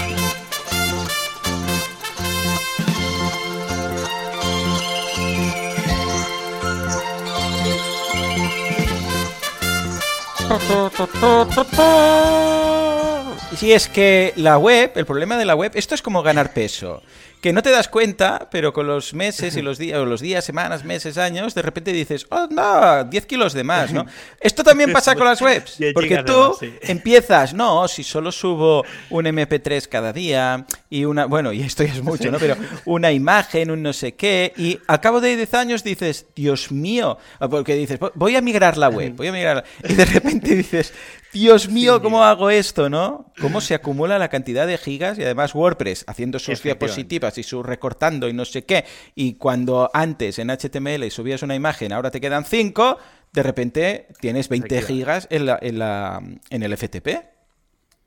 B: Y si es que la web, el problema de la web, esto es como ganar peso. Que no te das cuenta, pero con los meses y los días, o los días, semanas, meses, años, de repente dices, oh, no, diez kilos de más, ¿no? Esto también pasa con las webs, porque tú empiezas, no, si solo subo un eme pe tres cada día y una, bueno, y esto ya es mucho, ¿no? Pero una imagen, un no sé qué, y al cabo de diez años dices, Dios mío, porque dices, voy a migrar la web, voy a migrar, y de repente dices, Dios mío, ¿cómo hago esto, no? ¿Cómo se acumula la cantidad de gigas? Y además WordPress haciendo sus diapositivas y su recortando y no sé qué. Y cuando antes en hache te eme ele subías una imagen, ahora te quedan cinco, de repente tienes veinte gigas en, la, en, la, en el efe te pe.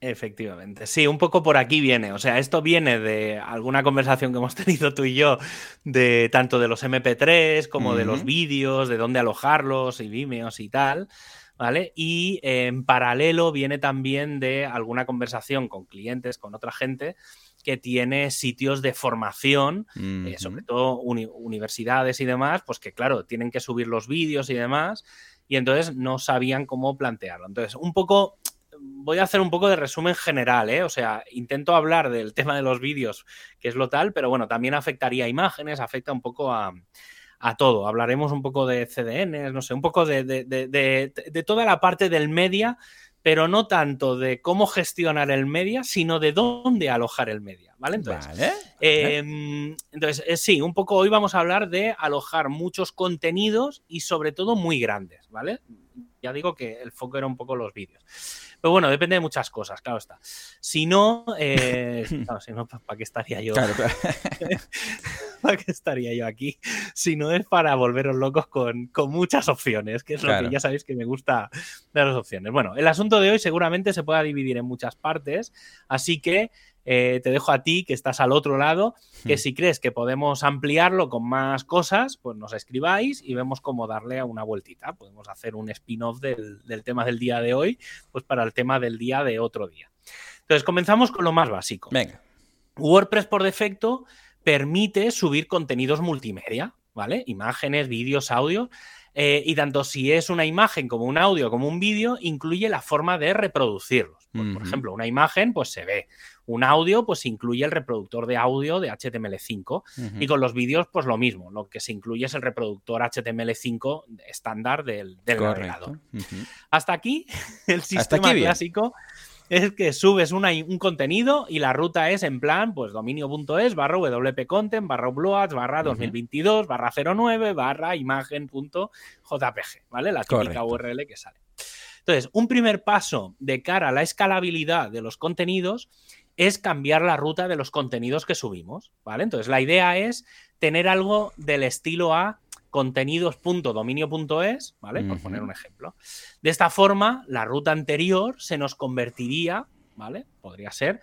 A: Efectivamente. Sí, un poco por aquí viene. O sea, esto viene de alguna conversación que hemos tenido tú y yo, de tanto de los eme pe tres como uh-huh. de los vídeos, de dónde alojarlos y Vimeos y tal, ¿vale? Y eh, en paralelo viene también de alguna conversación con clientes, con otra gente que tiene sitios de formación, uh-huh. eh, sobre todo uni- universidades y demás, pues que claro, tienen que subir los vídeos y demás, y entonces no sabían cómo plantearlo. Entonces, un poco... Voy a hacer un poco de resumen general, ¿eh? O sea, intento hablar del tema de los vídeos, que es lo tal, pero bueno, también afectaría a imágenes, afecta un poco a, a todo. Hablaremos un poco de ce de enes, no sé, un poco de, de, de, de, de toda la parte del media, pero no tanto de cómo gestionar el media, sino de dónde alojar el media, ¿vale? Entonces,
B: vale, vale.
A: Eh, entonces eh, sí, un poco hoy vamos a hablar de alojar muchos contenidos y sobre todo muy grandes, ¿vale? Ya digo que el foco era un poco los vídeos. Pero bueno, depende de muchas cosas, claro está. Si no, eh, claro, si no, ¿para qué estaría yo?
B: Claro, claro.
A: ¿Para qué estaría yo aquí? Si no es para volveros locos con, con muchas opciones, que es
B: claro.
A: lo que ya sabéis que me gusta de las opciones. Bueno, el asunto de hoy seguramente se pueda dividir en muchas partes, así que eh, te dejo a ti, que estás al otro lado, que si crees que podemos ampliarlo con más cosas, pues nos escribáis y vemos cómo darle a una vueltita. Podemos hacer un spin-off del, del tema del día de hoy, pues para el tema del día de otro día. Entonces, comenzamos con lo más básico.
B: Venga.
A: WordPress, por defecto, permite subir contenidos multimedia, ¿vale? Imágenes, vídeos, audio. Eh, y tanto si es una imagen como un audio como un vídeo, incluye la forma de reproducirlos. Pues, uh-huh. Por ejemplo, una imagen pues se ve. Un audio pues incluye el reproductor de audio de hache te eme ele cinco. Uh-huh. Y con los vídeos pues lo mismo. Lo que se incluye es el reproductor hache te eme ele cinco estándar del, del navegador. Uh-huh. Hasta aquí el sistema aquí clásico es que subes una, un contenido y la ruta es en plan, pues dominio.es barra wp-content barra uploads barra uh-huh. dos mil veintidós barra cero nueve barra imagen.jpg, ¿vale? La típica Correcto. U R L que sale. Entonces, un primer paso de cara a la escalabilidad de los contenidos es cambiar la ruta de los contenidos que subimos, ¿vale? Entonces, la idea es tener algo del estilo a contenidos.dominio.es, ¿vale? Uh-huh. Por poner un ejemplo. De esta forma, la ruta anterior se nos convertiría, ¿vale? Podría ser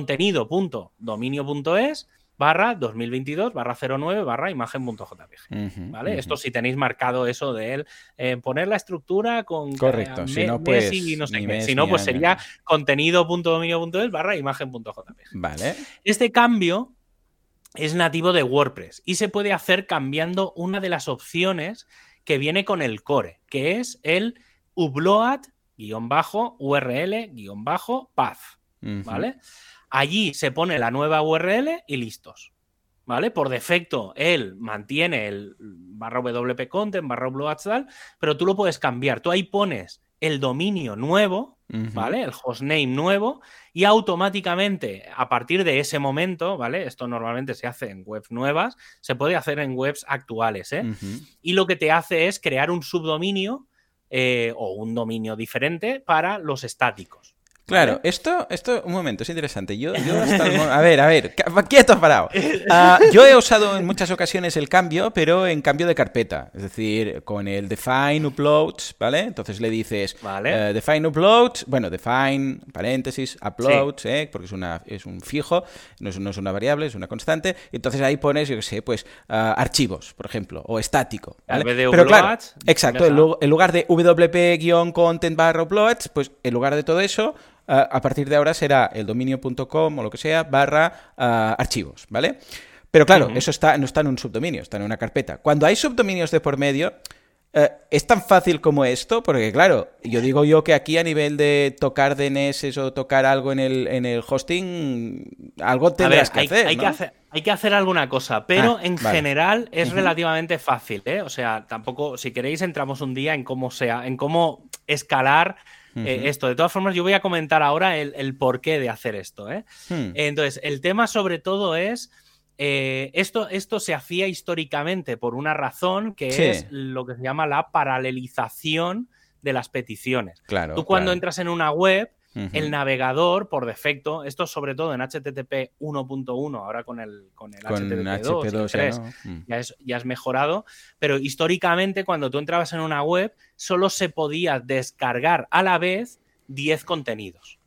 A: contenido.dominio.es barra dos mil veintidós barra cero nueve barra imagen.jpg, uh-huh, ¿vale? Uh-huh. Esto si tenéis marcado eso de él, eh, poner la estructura con
B: Correcto,
A: eh,
B: si no, pues,
A: y no sé qué.
B: Mes,
A: Si no, pues
B: año,
A: sería
B: no.
A: contenido.dominio.es barra imagen.jpg.
B: Vale.
A: Este cambio es nativo de WordPress y se puede hacer cambiando una de las opciones que viene con el core, que es el upload-U R L-path, uh-huh. ¿vale? Allí se pone la nueva U R L y listos, ¿vale? Por defecto, él mantiene el barra wp-content, barra uploads, tal, pero tú lo puedes cambiar. Tú ahí pones el dominio nuevo, uh-huh. ¿vale? El hostname nuevo y automáticamente, a partir de ese momento, ¿vale? Esto normalmente se hace en webs nuevas, se puede hacer en webs actuales, ¿eh? Uh-huh. Y lo que te hace es crear un subdominio eh, o un dominio diferente para los estáticos.
B: Claro, ¿vale? esto, esto, un momento, es interesante. Yo, yo hasta el momento, a ver, a ver, quieto, parado. Uh, yo he usado en muchas ocasiones el cambio, pero en cambio de carpeta. Es decir, con el define uploads, ¿vale? Entonces le dices
A: vale.
B: uh, define uploads, bueno, define, paréntesis, uploads, sí. ¿eh? Porque es, una, es un fijo, no es, no es una variable, es una constante. Entonces ahí pones, yo qué sé, pues uh, archivos, por ejemplo, o estático, ¿vale?
A: En vez de
B: pero
A: uploads,
B: claro, exacto, en, lu- en lugar de wp-content barra uploads, pues en lugar de todo eso, Uh, a partir de ahora será el dominio punto com o lo que sea barra uh, archivos, ¿vale? Pero claro, uh-huh. eso está, no está en un subdominio, está en una carpeta. Cuando hay subdominios de por medio, uh, ¿es tan fácil como esto? Porque claro, yo digo yo que aquí a nivel de tocar D N S o tocar algo en el, en el hosting, algo tendrás
A: ver,
B: que
A: hay,
B: hacer,
A: hay
B: ¿no?
A: que hacer. Hay que hacer alguna cosa, pero
B: ah,
A: en
B: vale.
A: general es
B: uh-huh.
A: relativamente fácil, ¿eh? O sea, tampoco, si queréis, entramos un día en cómo sea, en cómo escalar uh-huh. eh, esto. De todas formas, yo voy a comentar ahora el, el porqué de hacer esto, ¿eh? Hmm. Entonces, el tema sobre todo es eh, esto, esto se hacía históricamente por una razón que sí. es lo que se llama la paralelización de las peticiones.
B: Claro,
A: Tú cuando
B: claro.
A: entras en una web,
B: Uh-huh.
A: el navegador, por defecto, esto sobre todo en hache te te pe uno punto uno, ahora con el, con el
B: con
A: hache te te pe dos,
B: hache pe dos
A: y el tres,
B: ya, ¿no? mm.
A: ya, es, ya es mejorado, pero históricamente cuando tú entrabas en una web solo se podía descargar a la vez diez contenidos.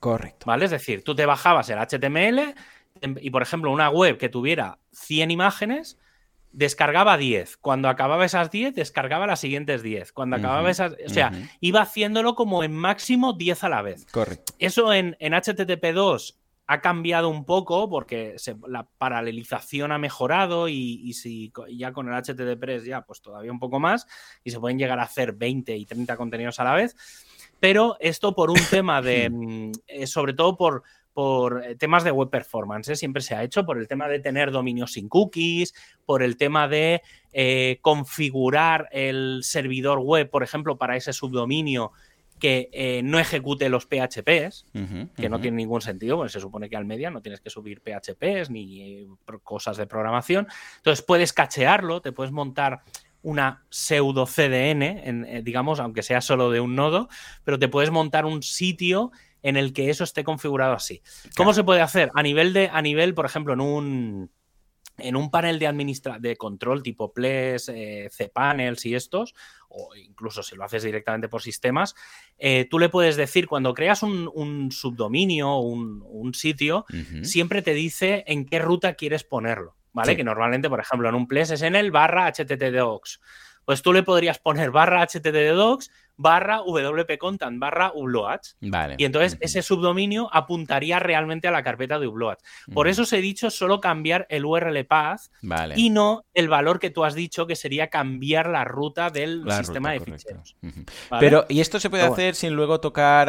B: Correcto.
A: ¿Vale? Es decir, tú te bajabas el H T M L y, por ejemplo, una web que tuviera cien imágenes, descargaba diez. Cuando acababa esas diez, descargaba las siguientes diez. Cuando acababa uh-huh, esas... O sea, uh-huh. iba haciéndolo como en máximo diez a la vez.
B: Correcto.
A: Eso en, en H T T P dos ha cambiado un poco porque se, la paralelización ha mejorado y, y si ya con el H T T P ya pues todavía un poco más y se pueden llegar a hacer veinte y treinta contenidos a la vez. Pero esto por un tema de... eh, sobre todo por... por temas de web performance, ¿eh? Siempre se ha hecho por el tema de tener dominios sin cookies, por el tema de eh, configurar el servidor web, por ejemplo, para ese subdominio que eh, no ejecute los P H Ps, uh-huh, que uh-huh. no tiene ningún sentido, porque se supone que al media no tienes que subir P H Ps ni eh, cosas de programación. Entonces puedes cachearlo, te puedes montar una pseudo C D N, en, eh, digamos, aunque sea solo de un nodo, pero te puedes montar un sitio en el que eso esté configurado así. ¿Cómo claro. se puede hacer? A nivel, de, a nivel, por ejemplo, en un, en un panel de, administra de control tipo Ples, eh, cPanels y estos, o incluso si lo haces directamente por sistemas, eh, tú le puedes decir, cuando creas un, un subdominio o un, un sitio, uh-huh. siempre te dice en qué ruta quieres ponerlo, ¿vale? Sí. Que normalmente, por ejemplo, en un Ples es en el barra httdocs. Pues tú le podrías poner barra httdocs barra wp-content barra ubloads.
B: Vale.
A: Y entonces
B: uh-huh.
A: ese subdominio apuntaría realmente a la carpeta de ubloads. Por uh-huh. eso os he dicho solo cambiar el U R L path
B: vale.
A: y no el valor que tú has dicho, que sería cambiar la ruta del
B: la
A: sistema
B: ruta,
A: de
B: correcto.
A: ficheros.
B: Uh-huh.
A: ¿Vale?
B: Pero, ¿y esto se puede
A: Pero
B: hacer
A: bueno.
B: sin luego tocar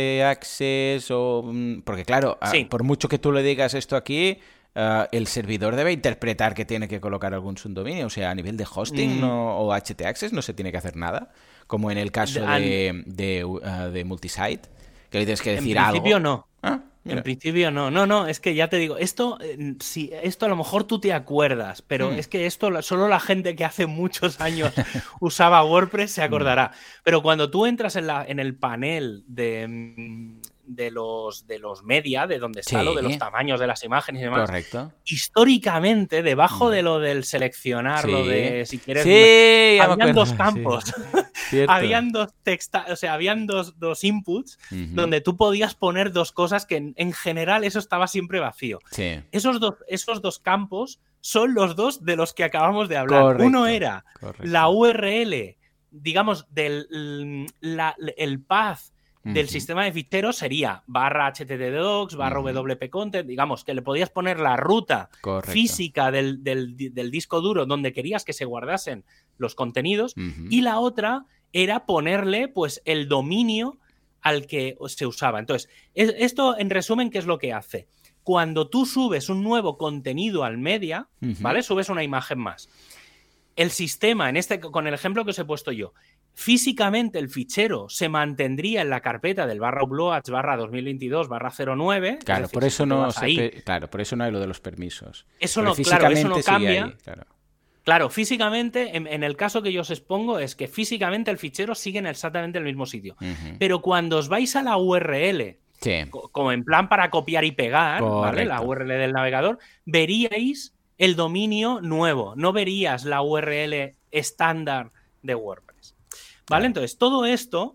B: htaccess o...? Porque claro,
A: sí.
B: por mucho que tú le digas esto aquí... Uh, el servidor debe interpretar que tiene que colocar algún subdominio, o sea, a nivel de hosting mm. no, o htaccess no se tiene que hacer nada, como en el caso de, de, uh, de multisite, que le tienes que decir algo.
A: En principio
B: algo.
A: no.
B: ¿Ah?
A: En principio no, no, no, es que ya te digo, esto, eh, si, esto a lo mejor tú te acuerdas, pero mm. es que esto solo la gente que hace muchos años usaba WordPress se acordará. Mm. Pero cuando tú entras en, la, en el panel de... de los de los media, de donde está
B: sí.
A: lo de los tamaños de las imágenes y demás.
B: Correcto.
A: Históricamente, debajo mm. de lo del seleccionar,
B: sí.
A: lo de si quieres.
B: Sí,
A: habían dos campos.
B: Sí.
A: habían dos texta, o sea, habían dos, dos inputs uh-huh. donde tú podías poner dos cosas que en, en general eso estaba siempre vacío.
B: Sí.
A: Esos dos, esos dos campos son los dos de los que acabamos de hablar.
B: Correcto.
A: Uno era
B: Correcto.
A: la U R L, digamos, del la, el path del uh-huh. sistema de ficheros sería barra httdocs, barra uh-huh. wp-content, digamos, que le podías poner la ruta
B: Correcto.
A: física del, del, del disco duro donde querías que se guardasen los contenidos,
B: uh-huh.
A: y la otra era ponerle pues el dominio al que se usaba. Entonces, es, esto en resumen, ¿qué es lo que hace? Cuando tú subes un nuevo contenido al media, uh-huh. ¿vale? Subes una imagen más. El sistema, en este, con el ejemplo que os he puesto yo, físicamente el fichero se mantendría en la carpeta del barra uploads barra dos mil veintidós barra cero nueve.
B: Claro,
A: decir,
B: por eso
A: si
B: no se
A: ahí,
B: pe... claro, por eso no hay lo de los permisos.
A: Eso
B: Pero
A: no, claro, eso no cambia.
B: Ahí, claro.
A: Claro, físicamente, en, en el caso que yo os expongo, es que físicamente el fichero sigue en exactamente el mismo sitio. Uh-huh. Pero cuando os vais a la U R L,
B: sí.
A: co como en plan para copiar y pegar, ¿vale? La U R L del navegador, veríais el dominio nuevo, no verías la U R L estándar de WordPress. ¿Vale? Entonces, todo esto,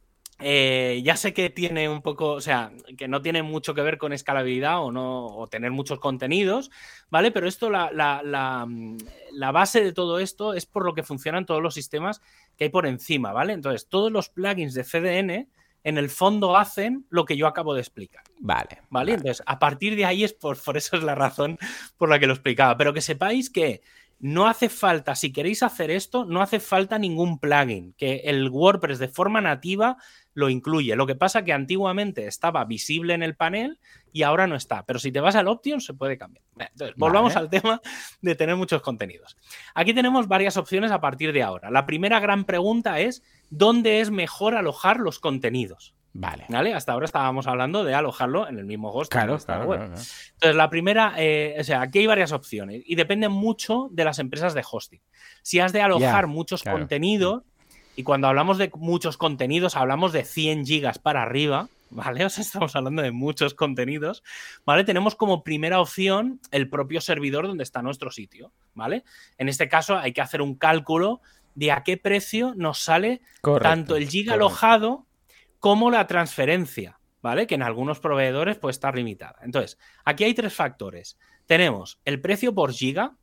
A: eh, ya sé que tiene un poco, o sea, que no tiene mucho que ver con escalabilidad o no, o tener muchos contenidos, ¿vale? Pero esto, la, la, la, la base de todo esto es por lo que funcionan todos los sistemas que hay por encima, ¿vale? Entonces, todos los plugins de C D N, en el fondo hacen lo que yo acabo de explicar.
B: Vale.
A: ¿Vale?
B: vale.
A: Entonces, a partir de ahí es por, por eso es la razón por la que lo explicaba. Pero que sepáis que no hace falta, si queréis hacer esto, no hace falta ningún plugin, que el WordPress de forma nativa lo incluye. Lo que pasa que antiguamente estaba visible en el panel y ahora no está. Pero si te vas al Options se puede cambiar. Entonces, volvamos vale. al tema de tener muchos contenidos. Aquí tenemos varias opciones a partir de ahora. La primera gran pregunta es, ¿dónde es mejor alojar los contenidos?
B: Vale.
A: ¿Vale? Hasta ahora estábamos hablando de alojarlo en el mismo host.
B: Claro, claro,
A: web.
B: claro, claro.
A: Entonces, la primera, eh, o sea, aquí hay varias opciones y depende mucho de las empresas de hosting. Si has de alojar yeah, muchos claro. contenidos, y cuando hablamos de muchos contenidos, hablamos de cien gigas para arriba, ¿vale? O sea, estamos hablando de muchos contenidos, ¿vale? Tenemos como primera opción el propio servidor donde está nuestro sitio, ¿vale? En este caso hay que hacer un cálculo de a qué precio nos sale correcto, tanto el giga correcto. alojado como la transferencia, ¿vale? Que en algunos proveedores puede estar limitada. Entonces, aquí hay tres factores. Tenemos el precio por giga,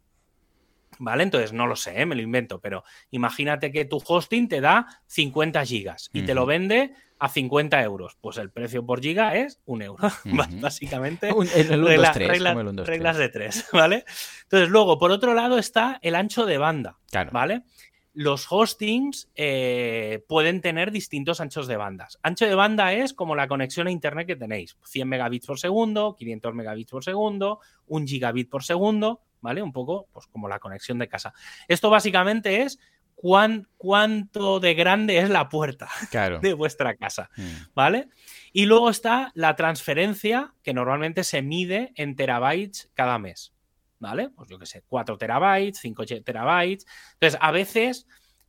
A: ¿vale? Entonces, no lo sé, ¿eh? Me lo invento, pero imagínate que tu hosting te da cincuenta gigas y uh-huh. te lo vende a cincuenta euros. Pues el precio por giga es un euro, uh-huh. básicamente.
B: Un, el, el
A: regla,
B: dos, tres,
A: regla,
B: como el uno, dos,
A: reglas
B: tres.
A: de tres, ¿vale? Entonces, luego, por otro lado está el ancho de banda,
B: claro.
A: ¿vale? Los hostings eh, pueden tener distintos anchos de bandas. Ancho de banda es como la conexión a internet que tenéis. cien megabits por segundo, quinientos megabits por segundo, un gigabit por segundo, ¿vale? Un poco pues como la conexión de casa. Esto básicamente es cuán, cuánto de grande es la puerta
B: claro.
A: de vuestra casa, ¿vale? Y luego está la transferencia, que normalmente se mide en terabytes cada mes. ¿Vale? Pues yo qué sé, cuatro terabytes, cinco terabytes. Entonces, a veces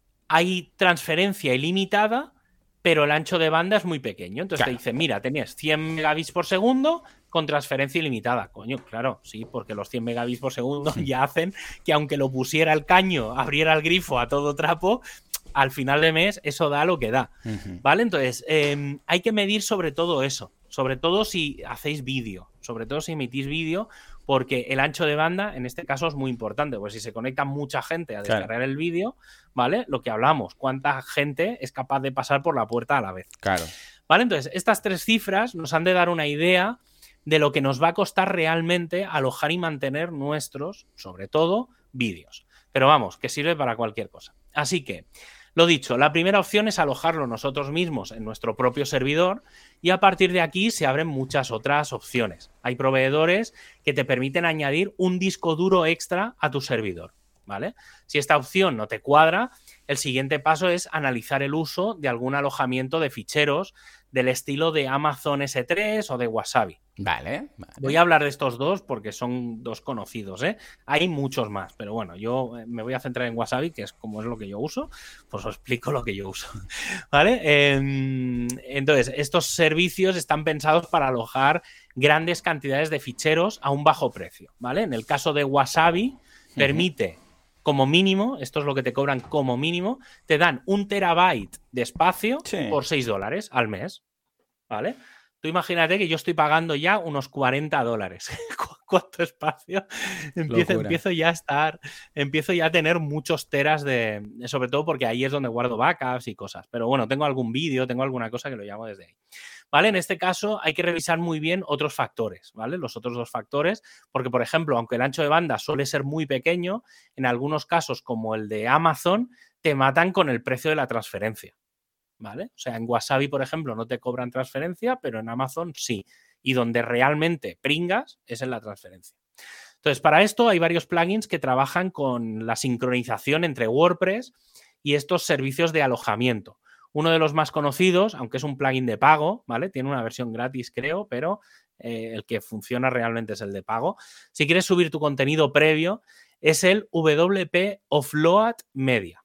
A: hay transferencia ilimitada, pero el ancho de banda es muy pequeño. Entonces claro. te dice, mira, tenías cien megabits por segundo con transferencia ilimitada. Coño, claro, sí, porque los cien megabits por segundo ya hacen que aunque lo pusiera el caño, abriera el grifo a todo trapo, al final de mes eso da lo que da. Uh-huh. ¿Vale? Entonces, eh, hay que medir sobre todo eso. Sobre todo si hacéis vídeo. Sobre todo si emitís vídeo, porque el ancho de banda en este caso es muy importante, pues si se conecta mucha gente a descargar claro. el vídeo, ¿vale? Lo que hablamos, cuánta gente es capaz de pasar por la puerta a la vez.
B: Claro.
A: ¿Vale? Entonces, estas tres cifras nos han de dar una idea de lo que nos va a costar realmente alojar y mantener nuestros, sobre todo, vídeos. Pero vamos, que sirve para cualquier cosa. Así que, lo dicho, la primera opción es alojarlo nosotros mismos en nuestro propio servidor y a partir de aquí se abren muchas otras opciones. Hay proveedores que te permiten añadir un disco duro extra a tu servidor, ¿vale? Si esta opción no te cuadra, el siguiente paso es analizar el uso de algún alojamiento de ficheros del estilo de Amazon ese tres o de Wasabi.
B: Vale, vale.
A: Voy a hablar de estos dos porque son dos conocidos, ¿eh? Hay muchos más, pero bueno, yo me voy a centrar en Wasabi, que es como es lo que yo uso, pues os explico lo que yo uso, ¿vale? Eh, entonces, estos servicios están pensados para alojar grandes cantidades de ficheros a un bajo precio, ¿vale? En el caso de Wasabi, permite, uh-huh. como mínimo, esto es lo que te cobran como mínimo, te dan un terabyte de espacio sí. por seis dólares al mes, ¿vale? Tú imagínate que yo estoy pagando ya unos cuarenta dólares. ¿Cuánto espacio? Empiezo, empiezo ya a estar, empiezo ya a tener muchos teras de, sobre todo porque ahí es donde guardo backups y cosas. Pero bueno, tengo algún vídeo, tengo alguna cosa que lo llamo desde ahí. ¿Vale? En este caso hay que revisar muy bien otros factores, ¿vale? Los otros dos factores, porque por ejemplo, aunque el ancho de banda suele ser muy pequeño, en algunos casos como el de Amazon, te matan con el precio de la transferencia. ¿Vale? O sea, en Wasabi, por ejemplo, no te cobran transferencia, pero en Amazon sí. Y donde realmente pringas es en la transferencia. Entonces, para esto hay varios plugins que trabajan con la sincronización entre WordPress y estos servicios de alojamiento. Uno de los más conocidos, aunque es un plugin de pago, ¿vale? Tiene una versión gratis, creo, pero eh, el que funciona realmente es el de pago. Si quieres subir tu contenido previo, es el W P Offload Media.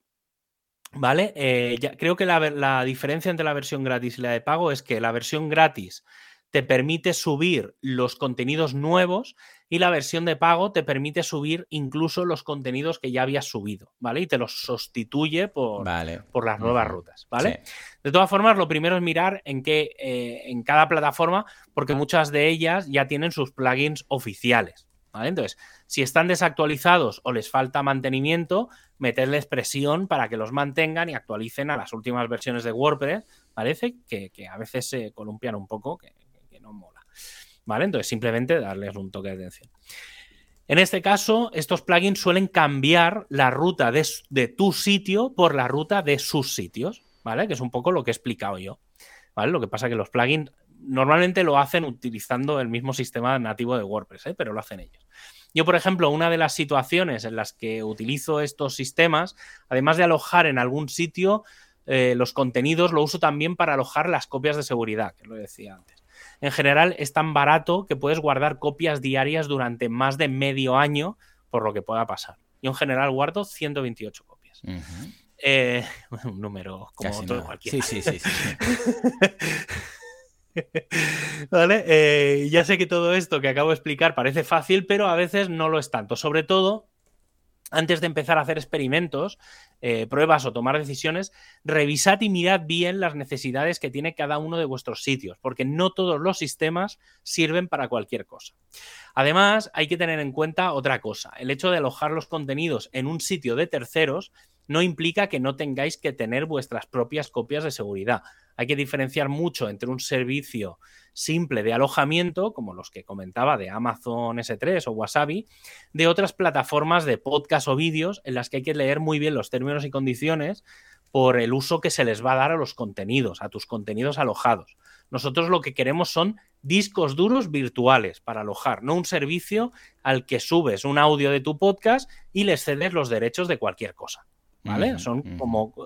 A: ¿Vale? Eh, ya, creo que la, la diferencia entre la versión gratis y la de pago es que la versión gratis te permite subir los contenidos nuevos y la versión de pago te permite subir incluso los contenidos que ya habías subido, ¿vale? Y te los sustituye por,
B: vale.
A: por las nuevas uh-huh. rutas, ¿vale?
B: Sí.
A: De todas formas, lo primero es mirar en qué, eh, en cada plataforma, porque muchas de ellas ya tienen sus plugins oficiales. ¿Vale? Entonces, si están desactualizados o les falta mantenimiento, meterles presión para que los mantengan y actualicen a las últimas versiones de WordPress. Parece que, que a veces se columpian un poco, que, que no mola. ¿Vale? Entonces, simplemente darles un toque de atención. En este caso, estos plugins suelen cambiar la ruta de, de tu sitio por la ruta de sus sitios, ¿vale? Que es un poco lo que he explicado yo, ¿vale? Lo que pasa es que los plugins normalmente lo hacen utilizando el mismo sistema nativo de WordPress, ¿eh? Pero lo hacen ellos. Yo, por ejemplo, una de las situaciones en las que utilizo estos sistemas, además de alojar en algún sitio eh, los contenidos, lo uso también para alojar las copias de seguridad, que lo decía antes. En general, es tan barato que puedes guardar copias diarias durante más de medio año, por lo que pueda pasar. Yo, en general, guardo ciento veintiocho copias. Uh-huh. eh, un número como
B: Casi
A: otro
B: nada.
A: cualquiera.
B: Sí, sí, sí. sí, sí.
A: Vale, eh, ya sé que todo esto que acabo de explicar parece fácil, pero a veces no lo es tanto. Sobre todo, antes de empezar a hacer experimentos, eh, pruebas o tomar decisiones, revisad y mirad bien las necesidades que tiene cada uno de vuestros sitios, porque no todos los sistemas sirven para cualquier cosa. Además, hay que tener en cuenta otra cosa. El hecho de alojar los contenidos en un sitio de terceros no implica que no tengáis que tener vuestras propias copias de seguridad. Hay que diferenciar mucho entre un servicio simple de alojamiento, como los que comentaba de Amazon ese tres o Wasabi, de otras plataformas de podcast o vídeos en las que hay que leer muy bien los términos y condiciones por el uso que se les va a dar a los contenidos, a tus contenidos alojados. Nosotros lo que queremos son discos duros virtuales para alojar, no un servicio al que subes un audio de tu podcast y les cedes los derechos de cualquier cosa. ¿Vale? Uh-huh, Son uh-huh. como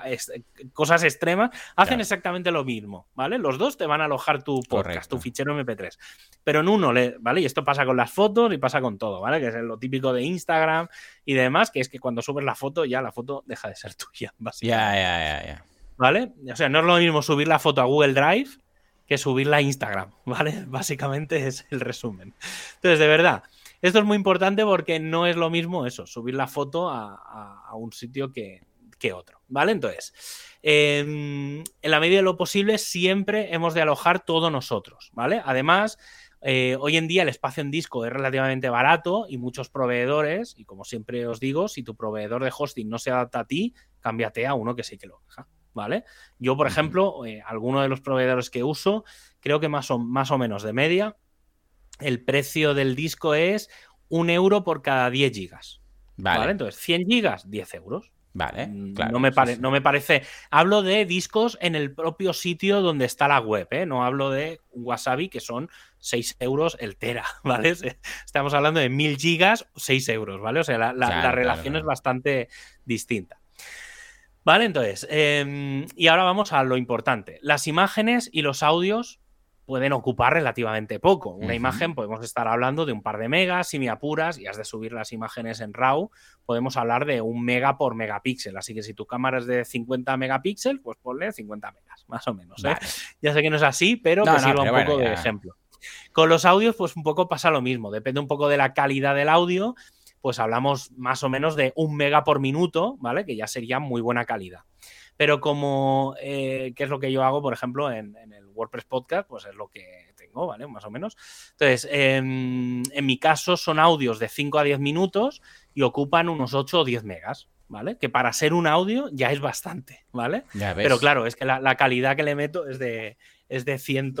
A: cosas extremas. Hacen claro. exactamente lo mismo, ¿vale? Los dos te van a alojar tu podcast, Correcto. tu fichero eme pe tres. Pero en uno, le, ¿vale? Y esto pasa con las fotos y pasa con todo, ¿vale? Que es lo típico de Instagram y demás, que es que cuando subes la foto, ya la foto deja de ser tuya, básicamente.
B: Ya, ya, ya, ya.
A: ¿Vale? O sea, no es lo mismo subir la foto a Google Drive que subirla a Instagram, ¿vale? Básicamente es el resumen. Entonces, de verdad, esto es muy importante porque no es lo mismo eso, subir la foto a, a, a un sitio que, que otro, ¿vale? Entonces, eh, en la medida de lo posible siempre hemos de alojar todo nosotros, ¿vale? Además, eh, hoy en día el espacio en disco es relativamente barato y muchos proveedores, y como siempre os digo, si tu proveedor de hosting no se adapta a ti, cámbiate a uno que sí que lo deja, ¿vale? Yo, por ejemplo, eh, alguno de los proveedores que uso, creo que más o, más o menos de media, el precio del disco es un euro por cada diez gigas. Vale. ¿Vale? Entonces, cien gigas, diez euros.
B: Vale, claro.
A: No me, pare,
B: sí, sí.
A: no me parece... Hablo de discos en el propio sitio donde está la web, ¿eh? No hablo de Wasabi, que son seis euros el tera, ¿vale? Estamos hablando de mil gigas, seis euros, ¿vale? O sea, la, la, claro, la relación claro, claro. es bastante distinta. Vale, entonces, eh, y ahora vamos a lo importante. Las imágenes y los audios pueden ocupar relativamente poco. Una uh-huh. imagen podemos estar hablando de un par de megas, si me apuras, y has de subir las imágenes en RAW, podemos hablar de un mega por megapíxel. Así que si tu cámara es de cincuenta megapíxeles, pues ponle cincuenta megas, más o menos. ¿eh? Vale. Ya sé que no es así, pero no, que no, sirva pero un poco bueno, de ejemplo. Con los audios, pues un poco pasa lo mismo. Depende un poco de la calidad del audio, pues hablamos más o menos de un mega por minuto, ¿vale? Que ya sería muy buena calidad. Pero como, eh, ¿qué es lo que yo hago, por ejemplo, en, en el WordPress Podcast? Pues es lo que tengo, ¿vale? Más o menos. Entonces, eh, en mi caso son audios de cinco a diez minutos y ocupan unos ocho o diez megas, ¿vale? Que para ser un audio ya es bastante, ¿vale?
B: Ya ves.
A: Pero claro, es que la, la calidad que le meto es de, es de cien,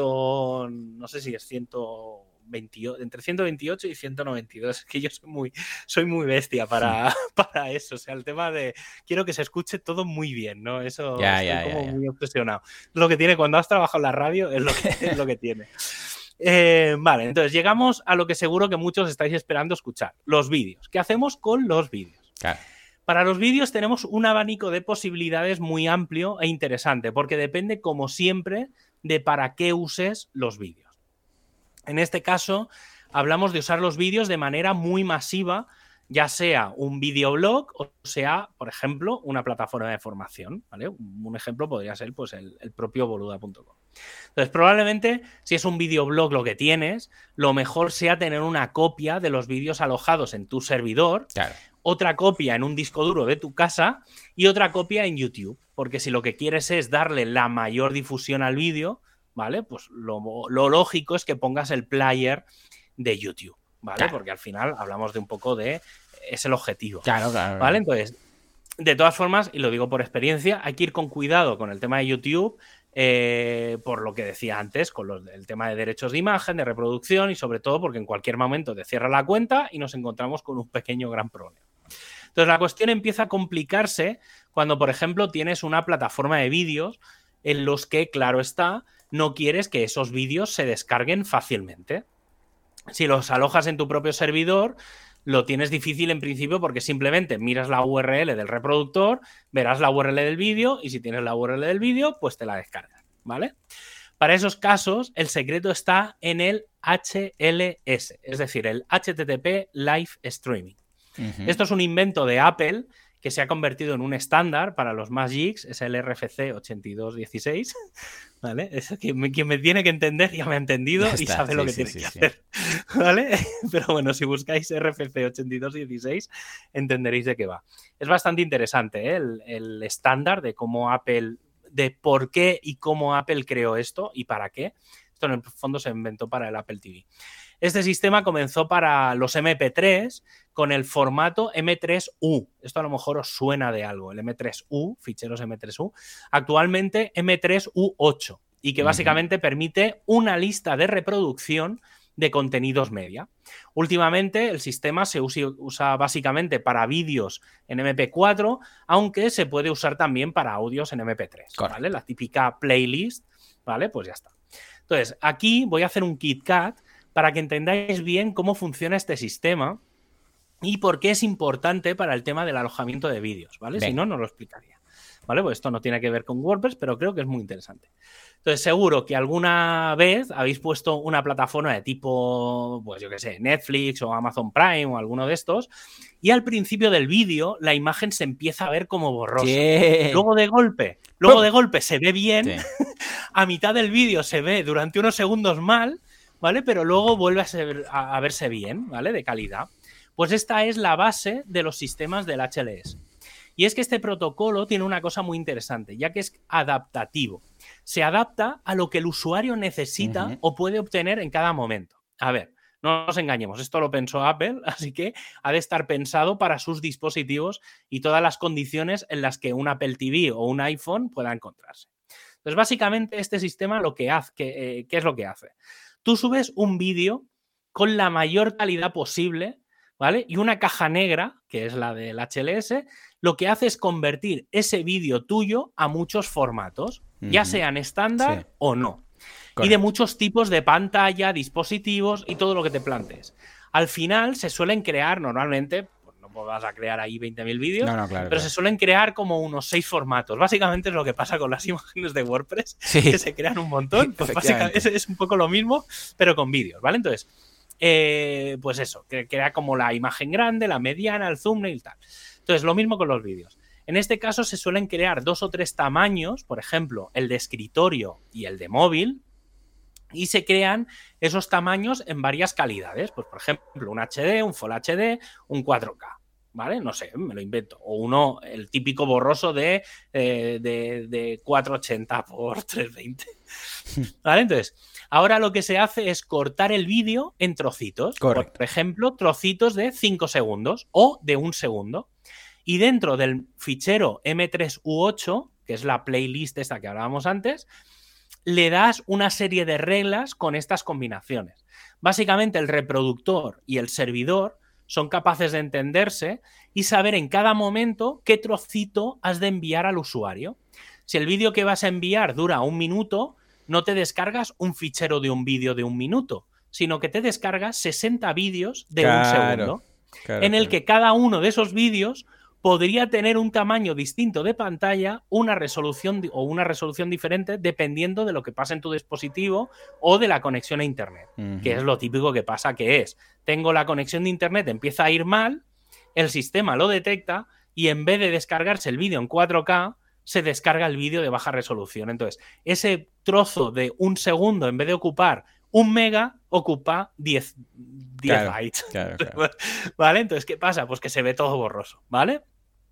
A: no sé si es ciento veintiocho, entre ciento veintiocho y ciento noventa y dos. Es que yo soy muy, soy muy bestia para, para eso. O sea, el tema de quiero que se escuche todo muy bien, ¿no? Eso
B: ya,
A: estoy
B: ya,
A: como
B: ya, ya.
A: muy obsesionado. Lo que tiene cuando has trabajado en la radio es lo que, es lo que tiene. Eh, vale, entonces llegamos a lo que seguro que muchos estáis esperando escuchar, los vídeos. ¿Qué hacemos con los vídeos?
B: Claro.
A: Para los vídeos tenemos un abanico de posibilidades muy amplio e interesante, porque depende, como siempre, de para qué uses los vídeos. En este caso, hablamos de usar los vídeos de manera muy masiva, ya sea un videoblog o sea, por ejemplo, una plataforma de formación, ¿vale? Un ejemplo podría ser pues, el, el propio boluda punto com. Entonces, probablemente, si es un videoblog lo que tienes, lo mejor sea tener una copia de los vídeos alojados en tu servidor,
B: claro.
A: otra copia en un disco duro de tu casa y otra copia en YouTube, porque si lo que quieres es darle la mayor difusión al vídeo, ¿vale? Pues lo, lo lógico es que pongas el player de YouTube, ¿vale? Claro. Porque al final hablamos de un poco de... es el objetivo.
B: Claro, claro.
A: ¿Vale? Entonces, de todas formas, y lo digo por experiencia, hay que ir con cuidado con el tema de YouTube, eh, por lo que decía antes, con los, el tema de derechos de imagen, de reproducción y sobre todo porque en cualquier momento te cierra la cuenta y nos encontramos con un pequeño gran problema. Entonces, la cuestión empieza a complicarse cuando, por ejemplo, tienes una plataforma de vídeos en los que, claro está, no quieres que esos vídeos se descarguen fácilmente. Si los alojas en tu propio servidor, lo tienes difícil en principio porque simplemente miras la U R L del reproductor, verás la U R L del vídeo y si tienes la U R L del vídeo, pues te la descargas, ¿vale? Para esos casos, el secreto está en el H L S, es decir, el H T T P Live Streaming. Uh-huh. Esto es un invento de Apple que se ha convertido en un estándar para los más geeks, es el R F C ochenta y dos dieciséis, ¿vale? Es quien me, quien me tiene que entender ya me ha entendido y sabe sí, lo que sí, tiene sí, que sí. hacer, ¿vale? Pero bueno, si buscáis R F C ochenta y dos dieciséis entenderéis de qué va. Es bastante interesante, ¿eh? el, el estándar de cómo Apple, de por qué y cómo Apple creó esto y para qué. Esto en el fondo se inventó para el Apple T V. Este sistema comenzó para los eme pe tres con el formato eme tres u. Esto a lo mejor os suena de algo, el eme tres u, ficheros eme tres u. Actualmente eme tres u ocho y que básicamente uh-huh. permite una lista de reproducción de contenidos media. Últimamente el sistema se usa, usa básicamente para vídeos en eme pe cuatro, aunque se puede usar también para audios en eme pe tres, ¿vale? La típica playlist, ¿vale? Pues ya está. Entonces, aquí voy a hacer un KitKat para que entendáis bien cómo funciona este sistema y por qué es importante para el tema del alojamiento de vídeos, ¿vale? Bien. Si no, no lo explicaría, ¿vale? Pues esto no tiene que ver con WordPress, pero creo que es muy interesante. Entonces, seguro que alguna vez habéis puesto una plataforma de tipo, pues yo qué sé, Netflix o Amazon Prime o alguno de estos, y al principio del vídeo la imagen se empieza a ver como borrosa. ¿Qué? Luego de golpe, luego ¡pum! De golpe se ve bien, sí. A mitad del vídeo se ve durante unos segundos mal, ¿vale? Pero luego vuelve a, ser, a, a verse bien, ¿vale? De calidad. Pues esta es la base de los sistemas del hache ele ese. Y es que este protocolo tiene una cosa muy interesante, ya que es adaptativo. Se adapta a lo que el usuario necesita uh-huh. o puede obtener en cada momento. A ver, no nos engañemos, esto lo pensó Apple, así que ha de estar pensado para sus dispositivos y todas las condiciones en las que un Apple T V o un iPhone pueda encontrarse. Entonces, básicamente, este sistema lo que hace, que, eh, ¿qué es lo que hace? Tú subes un vídeo con la mayor calidad posible, ¿vale? Y una caja negra, que es la del hache ele ese, lo que hace es convertir ese vídeo tuyo a muchos formatos, uh-huh. ya sean estándar sí. o no. Correcto. Y de muchos tipos de pantalla, dispositivos y todo lo que te plantees. Al final se suelen crear normalmente, pues no vas a crear ahí veinte mil vídeos, no, no, claro, pero claro. se suelen crear como unos seis formatos. Básicamente es lo que pasa con las imágenes de WordPress, sí. que se crean un montón. Pues básicamente es, es un poco lo mismo, pero con vídeos, ¿vale? Entonces, eh, pues eso, que crea como la imagen grande, la mediana, el thumbnail y tal. Entonces, lo mismo con los vídeos. En este caso se suelen crear dos o tres tamaños, por ejemplo, el de escritorio y el de móvil, y se crean esos tamaños en varias calidades. Pues, por ejemplo, un hache de, un Full hache de, un cuatro K, ¿vale? No sé, me lo invento. O uno, el típico borroso de, eh, de, de cuatrocientos ochenta por trescientos veinte, ¿vale? Entonces, ahora lo que se hace es cortar el vídeo en trocitos. Correcto. Por ejemplo, trocitos de cinco segundos o de un segundo. Y dentro del fichero eme tres u ocho, que es la playlist esta que hablábamos antes, le das una serie de reglas con estas combinaciones. Básicamente el reproductor y el servidor son capaces de entenderse y saber en cada momento qué trocito has de enviar al usuario. Si el vídeo que vas a enviar dura un minuto, no te descargas un fichero de un vídeo de un minuto, sino que te descargas sesenta vídeos de claro, un segundo, claro, en el claro. que cada uno de esos vídeos podría tener un tamaño distinto de pantalla, una resolución o una resolución diferente dependiendo de lo que pasa en tu dispositivo o de la conexión a internet, uh-huh. que es lo típico que pasa, que es, tengo la conexión de internet, empieza a ir mal, el sistema lo detecta y en vez de descargarse el vídeo en cuatro K, se descarga el vídeo de baja resolución. Entonces, ese trozo de un segundo, en vez de ocupar un mega, ocupa diez, diez claro, bytes. Claro, claro. ¿Vale? Entonces, ¿qué pasa? Pues que se ve todo borroso, ¿vale?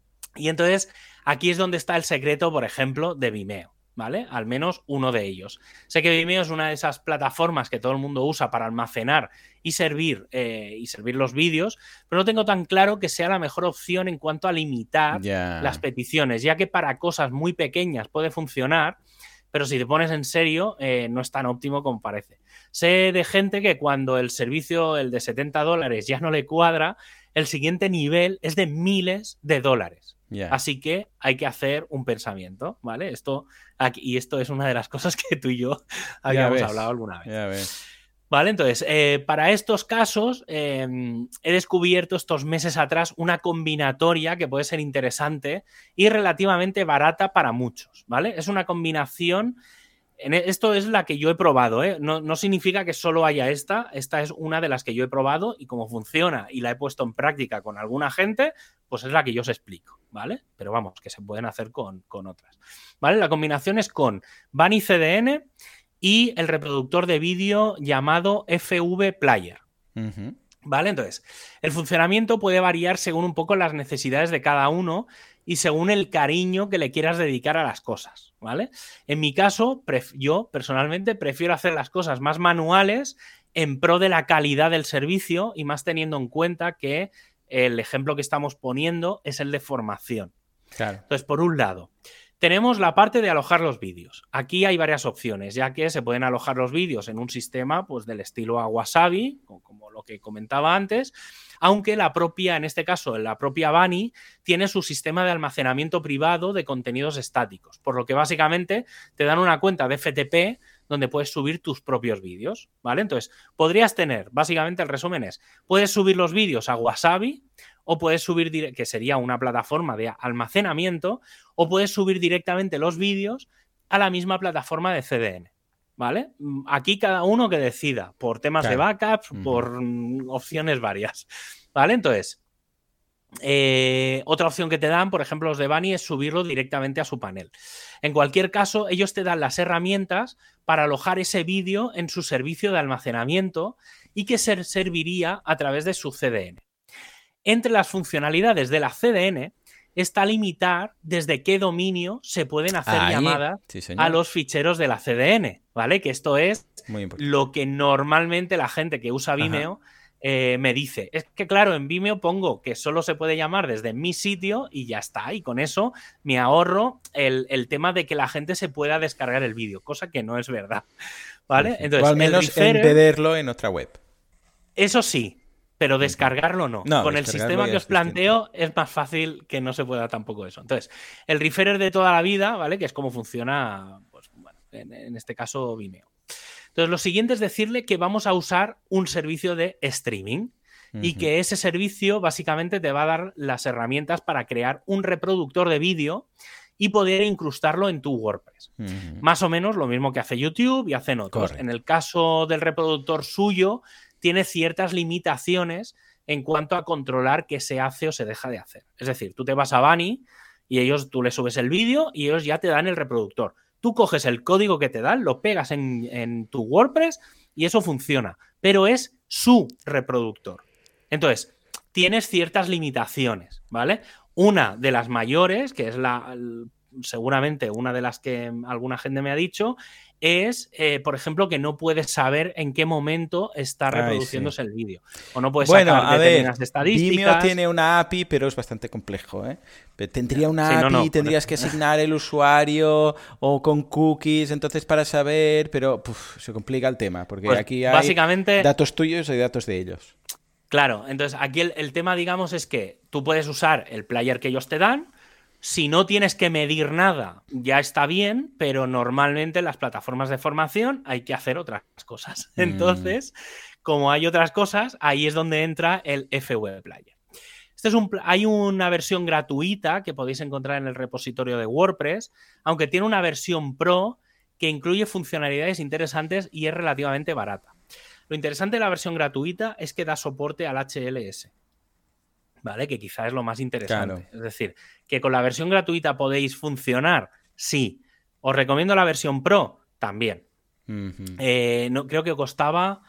A: Y entonces, aquí es donde está el secreto, por ejemplo, de Vimeo, ¿vale? Al menos uno de ellos. Sé que Vimeo es una de esas plataformas que todo el mundo usa para almacenar y servir, eh, y servir los vídeos, pero no tengo tan claro que sea la mejor opción en cuanto a limitar yeah. las peticiones, ya que para cosas muy pequeñas puede funcionar, pero si te pones en serio, eh, no es tan óptimo como parece. Sé de gente que cuando el servicio, el de setenta dólares, ya no le cuadra, el siguiente nivel es de miles de dólares. Yeah. Así que hay que hacer un pensamiento, ¿vale? Esto aquí, y esto es una de las cosas que tú y yo habíamos hablado alguna vez.
B: Ya ves.
A: Vale, entonces, eh, para estos casos eh, he descubierto estos meses atrás una combinatoria que puede ser interesante y relativamente barata para muchos, ¿vale? Es una combinación en esto es la que yo he probado, ¿eh? No, no significa que solo haya esta, esta es una de las que yo he probado y como funciona y la he puesto en práctica con alguna gente, pues es la que yo os explico, ¿vale? Pero vamos, que se pueden hacer con, con otras, ¿vale? La combinación es con Bunny C D N y el reproductor de vídeo llamado F V Player. Uh-huh. ¿Vale? Entonces, el funcionamiento puede variar según un poco las necesidades de cada uno y según el cariño que le quieras dedicar a las cosas, ¿vale? En mi caso, yo personalmente prefiero hacer las cosas más manuales en pro de la calidad del servicio y más teniendo en cuenta que el ejemplo que estamos poniendo es el de formación.
B: Claro.
A: Entonces, por un lado, tenemos la parte de alojar los vídeos. Aquí hay varias opciones, ya que se pueden alojar los vídeos en un sistema pues, del estilo a Wasabi, como lo que comentaba antes, aunque la propia, en este caso, la propia Bunny tiene su sistema de almacenamiento privado de contenidos estáticos, por lo que básicamente te dan una cuenta de F T P donde puedes subir tus propios vídeos, ¿vale? Entonces, podrías tener, básicamente el resumen es, puedes subir los vídeos a Wasabi o puedes subir, que sería una plataforma de almacenamiento, o puedes subir directamente los vídeos a la misma plataforma de C D N, ¿vale? Aquí cada uno que decida, por temas claro. de backups, uh-huh. por mm, opciones varias, ¿vale? Entonces, eh, otra opción que te dan, por ejemplo, los de Bunny, es subirlo directamente a su panel. En cualquier caso, ellos te dan las herramientas para alojar ese vídeo en su servicio de almacenamiento y que se serviría a través de su C D N. Entre las funcionalidades de la C D N está limitar desde qué dominio se pueden hacer Ahí. llamadas sí, a los ficheros de la C D N, ¿vale? Que esto es lo que normalmente la gente que usa Vimeo eh, me dice. Es que, claro, en Vimeo pongo que solo se puede llamar desde mi sitio y ya está. Y con eso me ahorro el, el tema de que la gente se pueda descargar el vídeo, cosa que no es verdad, ¿vale?
B: Entonces, o al menos referrer, embeberlo en otra web.
A: Eso sí. Pero descargarlo no. no Con el sistema que os planteo es más fácil que no se pueda tampoco eso. Entonces, el referrer de toda la vida, ¿vale? Que es como funciona, pues, bueno, en, en este caso Vimeo. Entonces, lo siguiente es decirle que vamos a usar un servicio de streaming uh-huh. y que ese servicio básicamente te va a dar las herramientas para crear un reproductor de vídeo y poder incrustarlo en tu WordPress. Uh-huh. Más o menos lo mismo que hace YouTube y hacen otros. Correcto. En el caso del reproductor suyo, tiene ciertas limitaciones en cuanto a controlar qué se hace o se deja de hacer. Es decir, tú te vas a Bunny y ellos, tú le subes el vídeo y ellos ya te dan el reproductor. Tú coges el código que te dan, lo pegas en, en tu WordPress y eso funciona. Pero es su reproductor. Entonces, tienes ciertas limitaciones, ¿vale? Una de las mayores, que es la seguramente una de las que alguna gente me ha dicho, es, eh, por ejemplo, que no puedes saber en qué momento está reproduciéndose Ay, sí. el vídeo. O no puedes
B: bueno,
A: sacar
B: a
A: determinadas
B: ver,
A: estadísticas.
B: Vimeo tiene una A P I, pero es bastante complejo, ¿eh? Tendría una sí, A P I, no, no, tendrías que asignar el usuario o con cookies, entonces para saber, pero puf, se complica el tema, porque pues aquí hay básicamente datos tuyos y datos de ellos.
A: Claro, entonces aquí el, el tema, digamos, es que tú puedes usar el player que ellos te dan. Si no tienes que medir nada, ya está bien, pero normalmente en las plataformas de formación hay que hacer otras cosas. Entonces, mm. como hay otras cosas, ahí es donde entra el F V Player. Este es un, hay una versión gratuita que podéis encontrar en el repositorio de WordPress, aunque tiene una versión Pro que incluye funcionalidades interesantes y es relativamente barata. Lo interesante de la versión gratuita es que da soporte al H L S. ¿Vale? Que quizá es lo más interesante. Claro. Es decir, que con la versión gratuita podéis funcionar, sí. Os recomiendo la versión Pro, también. Uh-huh. Eh, no, creo que costaba,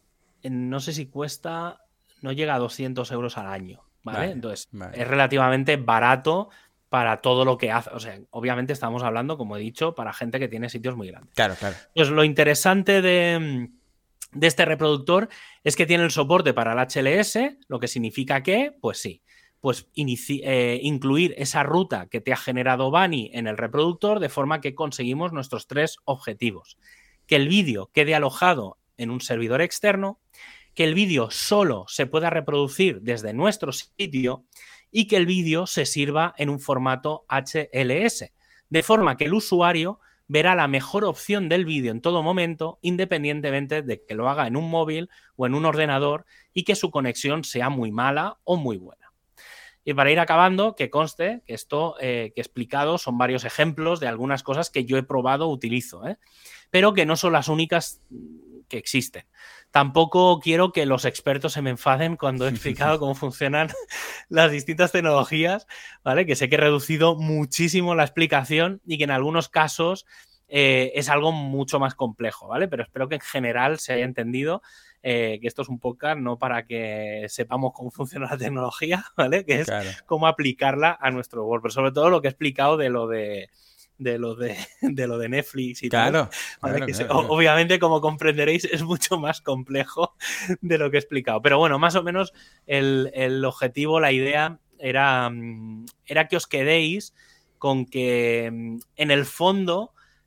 A: no sé si cuesta, no llega a doscientos euros al año, ¿vale? vale Entonces, vale. es relativamente barato para todo lo que hace. O sea, obviamente estamos hablando, como he dicho, para gente que tiene sitios muy grandes.
B: Claro, claro.
A: Pues lo interesante de... de este reproductor es que tiene el soporte para el H L S, lo que significa que, pues sí, pues inici- eh, incluir esa ruta que te ha generado Bunny en el reproductor de forma que conseguimos nuestros tres objetivos. Que el vídeo quede alojado en un servidor externo, que el vídeo solo se pueda reproducir desde nuestro sitio y que el vídeo se sirva en un formato H L S, de forma que el usuario verá la mejor opción del vídeo en todo momento, independientemente de que lo haga en un móvil o en un ordenador y que su conexión sea muy mala o muy buena. Y para ir acabando, que conste que esto eh, que he explicado son varios ejemplos de algunas cosas que yo he probado, utilizo, ¿eh? Pero que no son las únicas que existen. Tampoco quiero que los expertos se me enfaden cuando he explicado cómo funcionan las distintas tecnologías, ¿vale? Que sé que he reducido muchísimo la explicación y que en algunos casos eh, es algo mucho más complejo, ¿vale? Pero espero que en general se haya entendido eh, que esto es un podcast no para que sepamos cómo funciona la tecnología, ¿vale? Que es claro. Cómo aplicarla a nuestro WordPress. Sobre todo lo que he explicado de lo de... de lo de, de lo de Netflix y
B: claro,
A: tal. ¿Vale?
B: Claro,
A: que
B: claro,
A: se,
B: claro.
A: Obviamente, como comprenderéis, es mucho más complejo de lo que he explicado. Pero bueno, más o menos el, el objetivo, la idea era, era que os quedéis con que en el fondo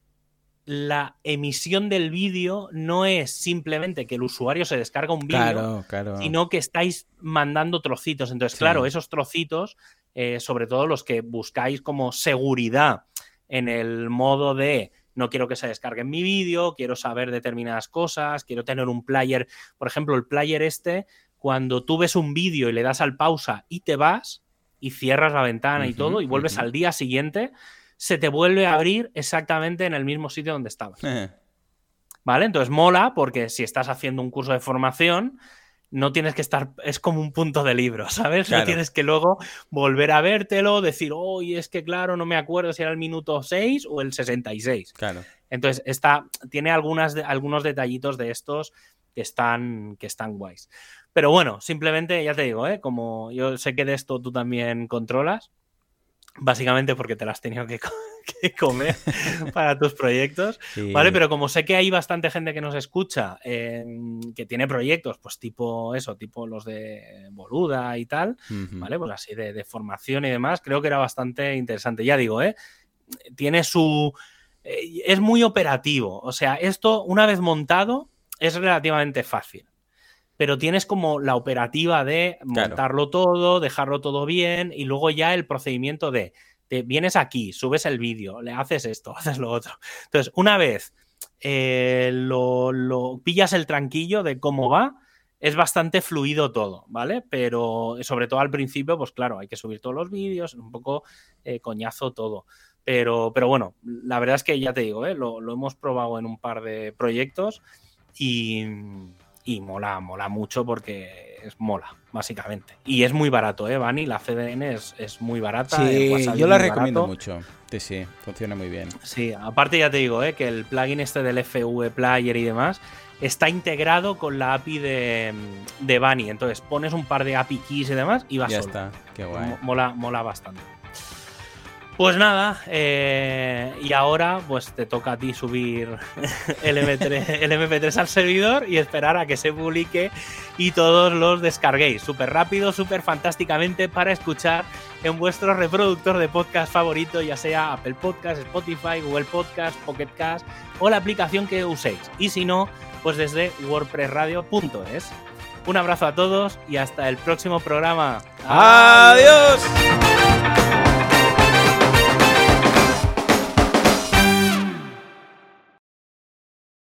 A: la emisión del vídeo no es simplemente que el usuario se descarga un vídeo,
B: claro, claro.
A: sino que estáis mandando trocitos. Entonces, sí. Claro, esos trocitos, eh, sobre todo los que buscáis como seguridad en el modo de no quiero que se descargue mi vídeo, quiero saber determinadas cosas, quiero tener un player. Por ejemplo, el player este, cuando tú ves un vídeo y le das al pausa y te vas y cierras la ventana uh-huh, y todo y vuelves uh-huh. al día siguiente, se te vuelve a abrir exactamente en el mismo sitio donde estabas. Uh-huh. ¿Vale? Entonces mola porque si estás haciendo un curso de formación, no tienes que estar, es como un punto de libro, ¿sabes? Claro. No tienes que luego volver a vértelo, decir, oye, oh, es que claro, no me acuerdo si era el minuto seis o el sesenta y seis.
B: Claro.
A: Entonces, está, tiene algunas, algunos detallitos de estos que están, que están guays. Pero bueno, simplemente, ya te digo, ¿eh? Como yo sé que de esto tú también controlas, básicamente porque te las has tenido que, que comer para tus proyectos, sí. ¿Vale? Pero como sé que hay bastante gente que nos escucha, eh, que tiene proyectos, pues tipo eso, tipo los de Boluda y tal, uh-huh. ¿Vale? Pues así de, de formación y demás, creo que era bastante interesante. Ya digo, ¿eh? Tiene su... Eh, es muy operativo, o sea, esto una vez montado es relativamente fácil. Pero tienes como la operativa de montarlo claro. todo, dejarlo todo bien y luego ya el procedimiento de te vienes aquí, subes el vídeo, le haces esto, haces lo otro. Entonces, una vez eh, lo, lo pillas el tranquillo de cómo va, es bastante fluido todo, ¿vale? Pero sobre todo al principio, pues claro, hay que subir todos los vídeos, un poco eh, coñazo todo. Pero, pero bueno, la verdad es que ya te digo, ¿eh? lo, lo hemos probado en un par de proyectos y... Y mola, mola mucho porque es mola, básicamente. Y es muy barato, ¿eh, Vani? La C D N es, es muy barata.
B: Sí, yo la recomiendo barato. mucho. Sí, sí, funciona muy bien.
A: Sí, aparte ya te digo, ¿eh? Que el plugin este del F V Player y demás está integrado con la A P I de, de Vani. Entonces pones un par de A P I keys y demás y va
B: ya
A: solo.
B: Ya está, qué guay.
A: Mola, mola bastante. Pues nada, eh, y ahora pues te toca a ti subir el eme tres, el eme pe tres al servidor y esperar a que se publique y todos los descarguéis súper rápido, súper fantásticamente para escuchar en vuestro reproductor de podcast favorito, ya sea Apple Podcast, Spotify, Google Podcast, Pocket Cast o la aplicación que uséis. Y si no, pues desde wordpress radio punto es. Un abrazo a todos y hasta el próximo programa.
B: ¡Adiós! ¡Adiós!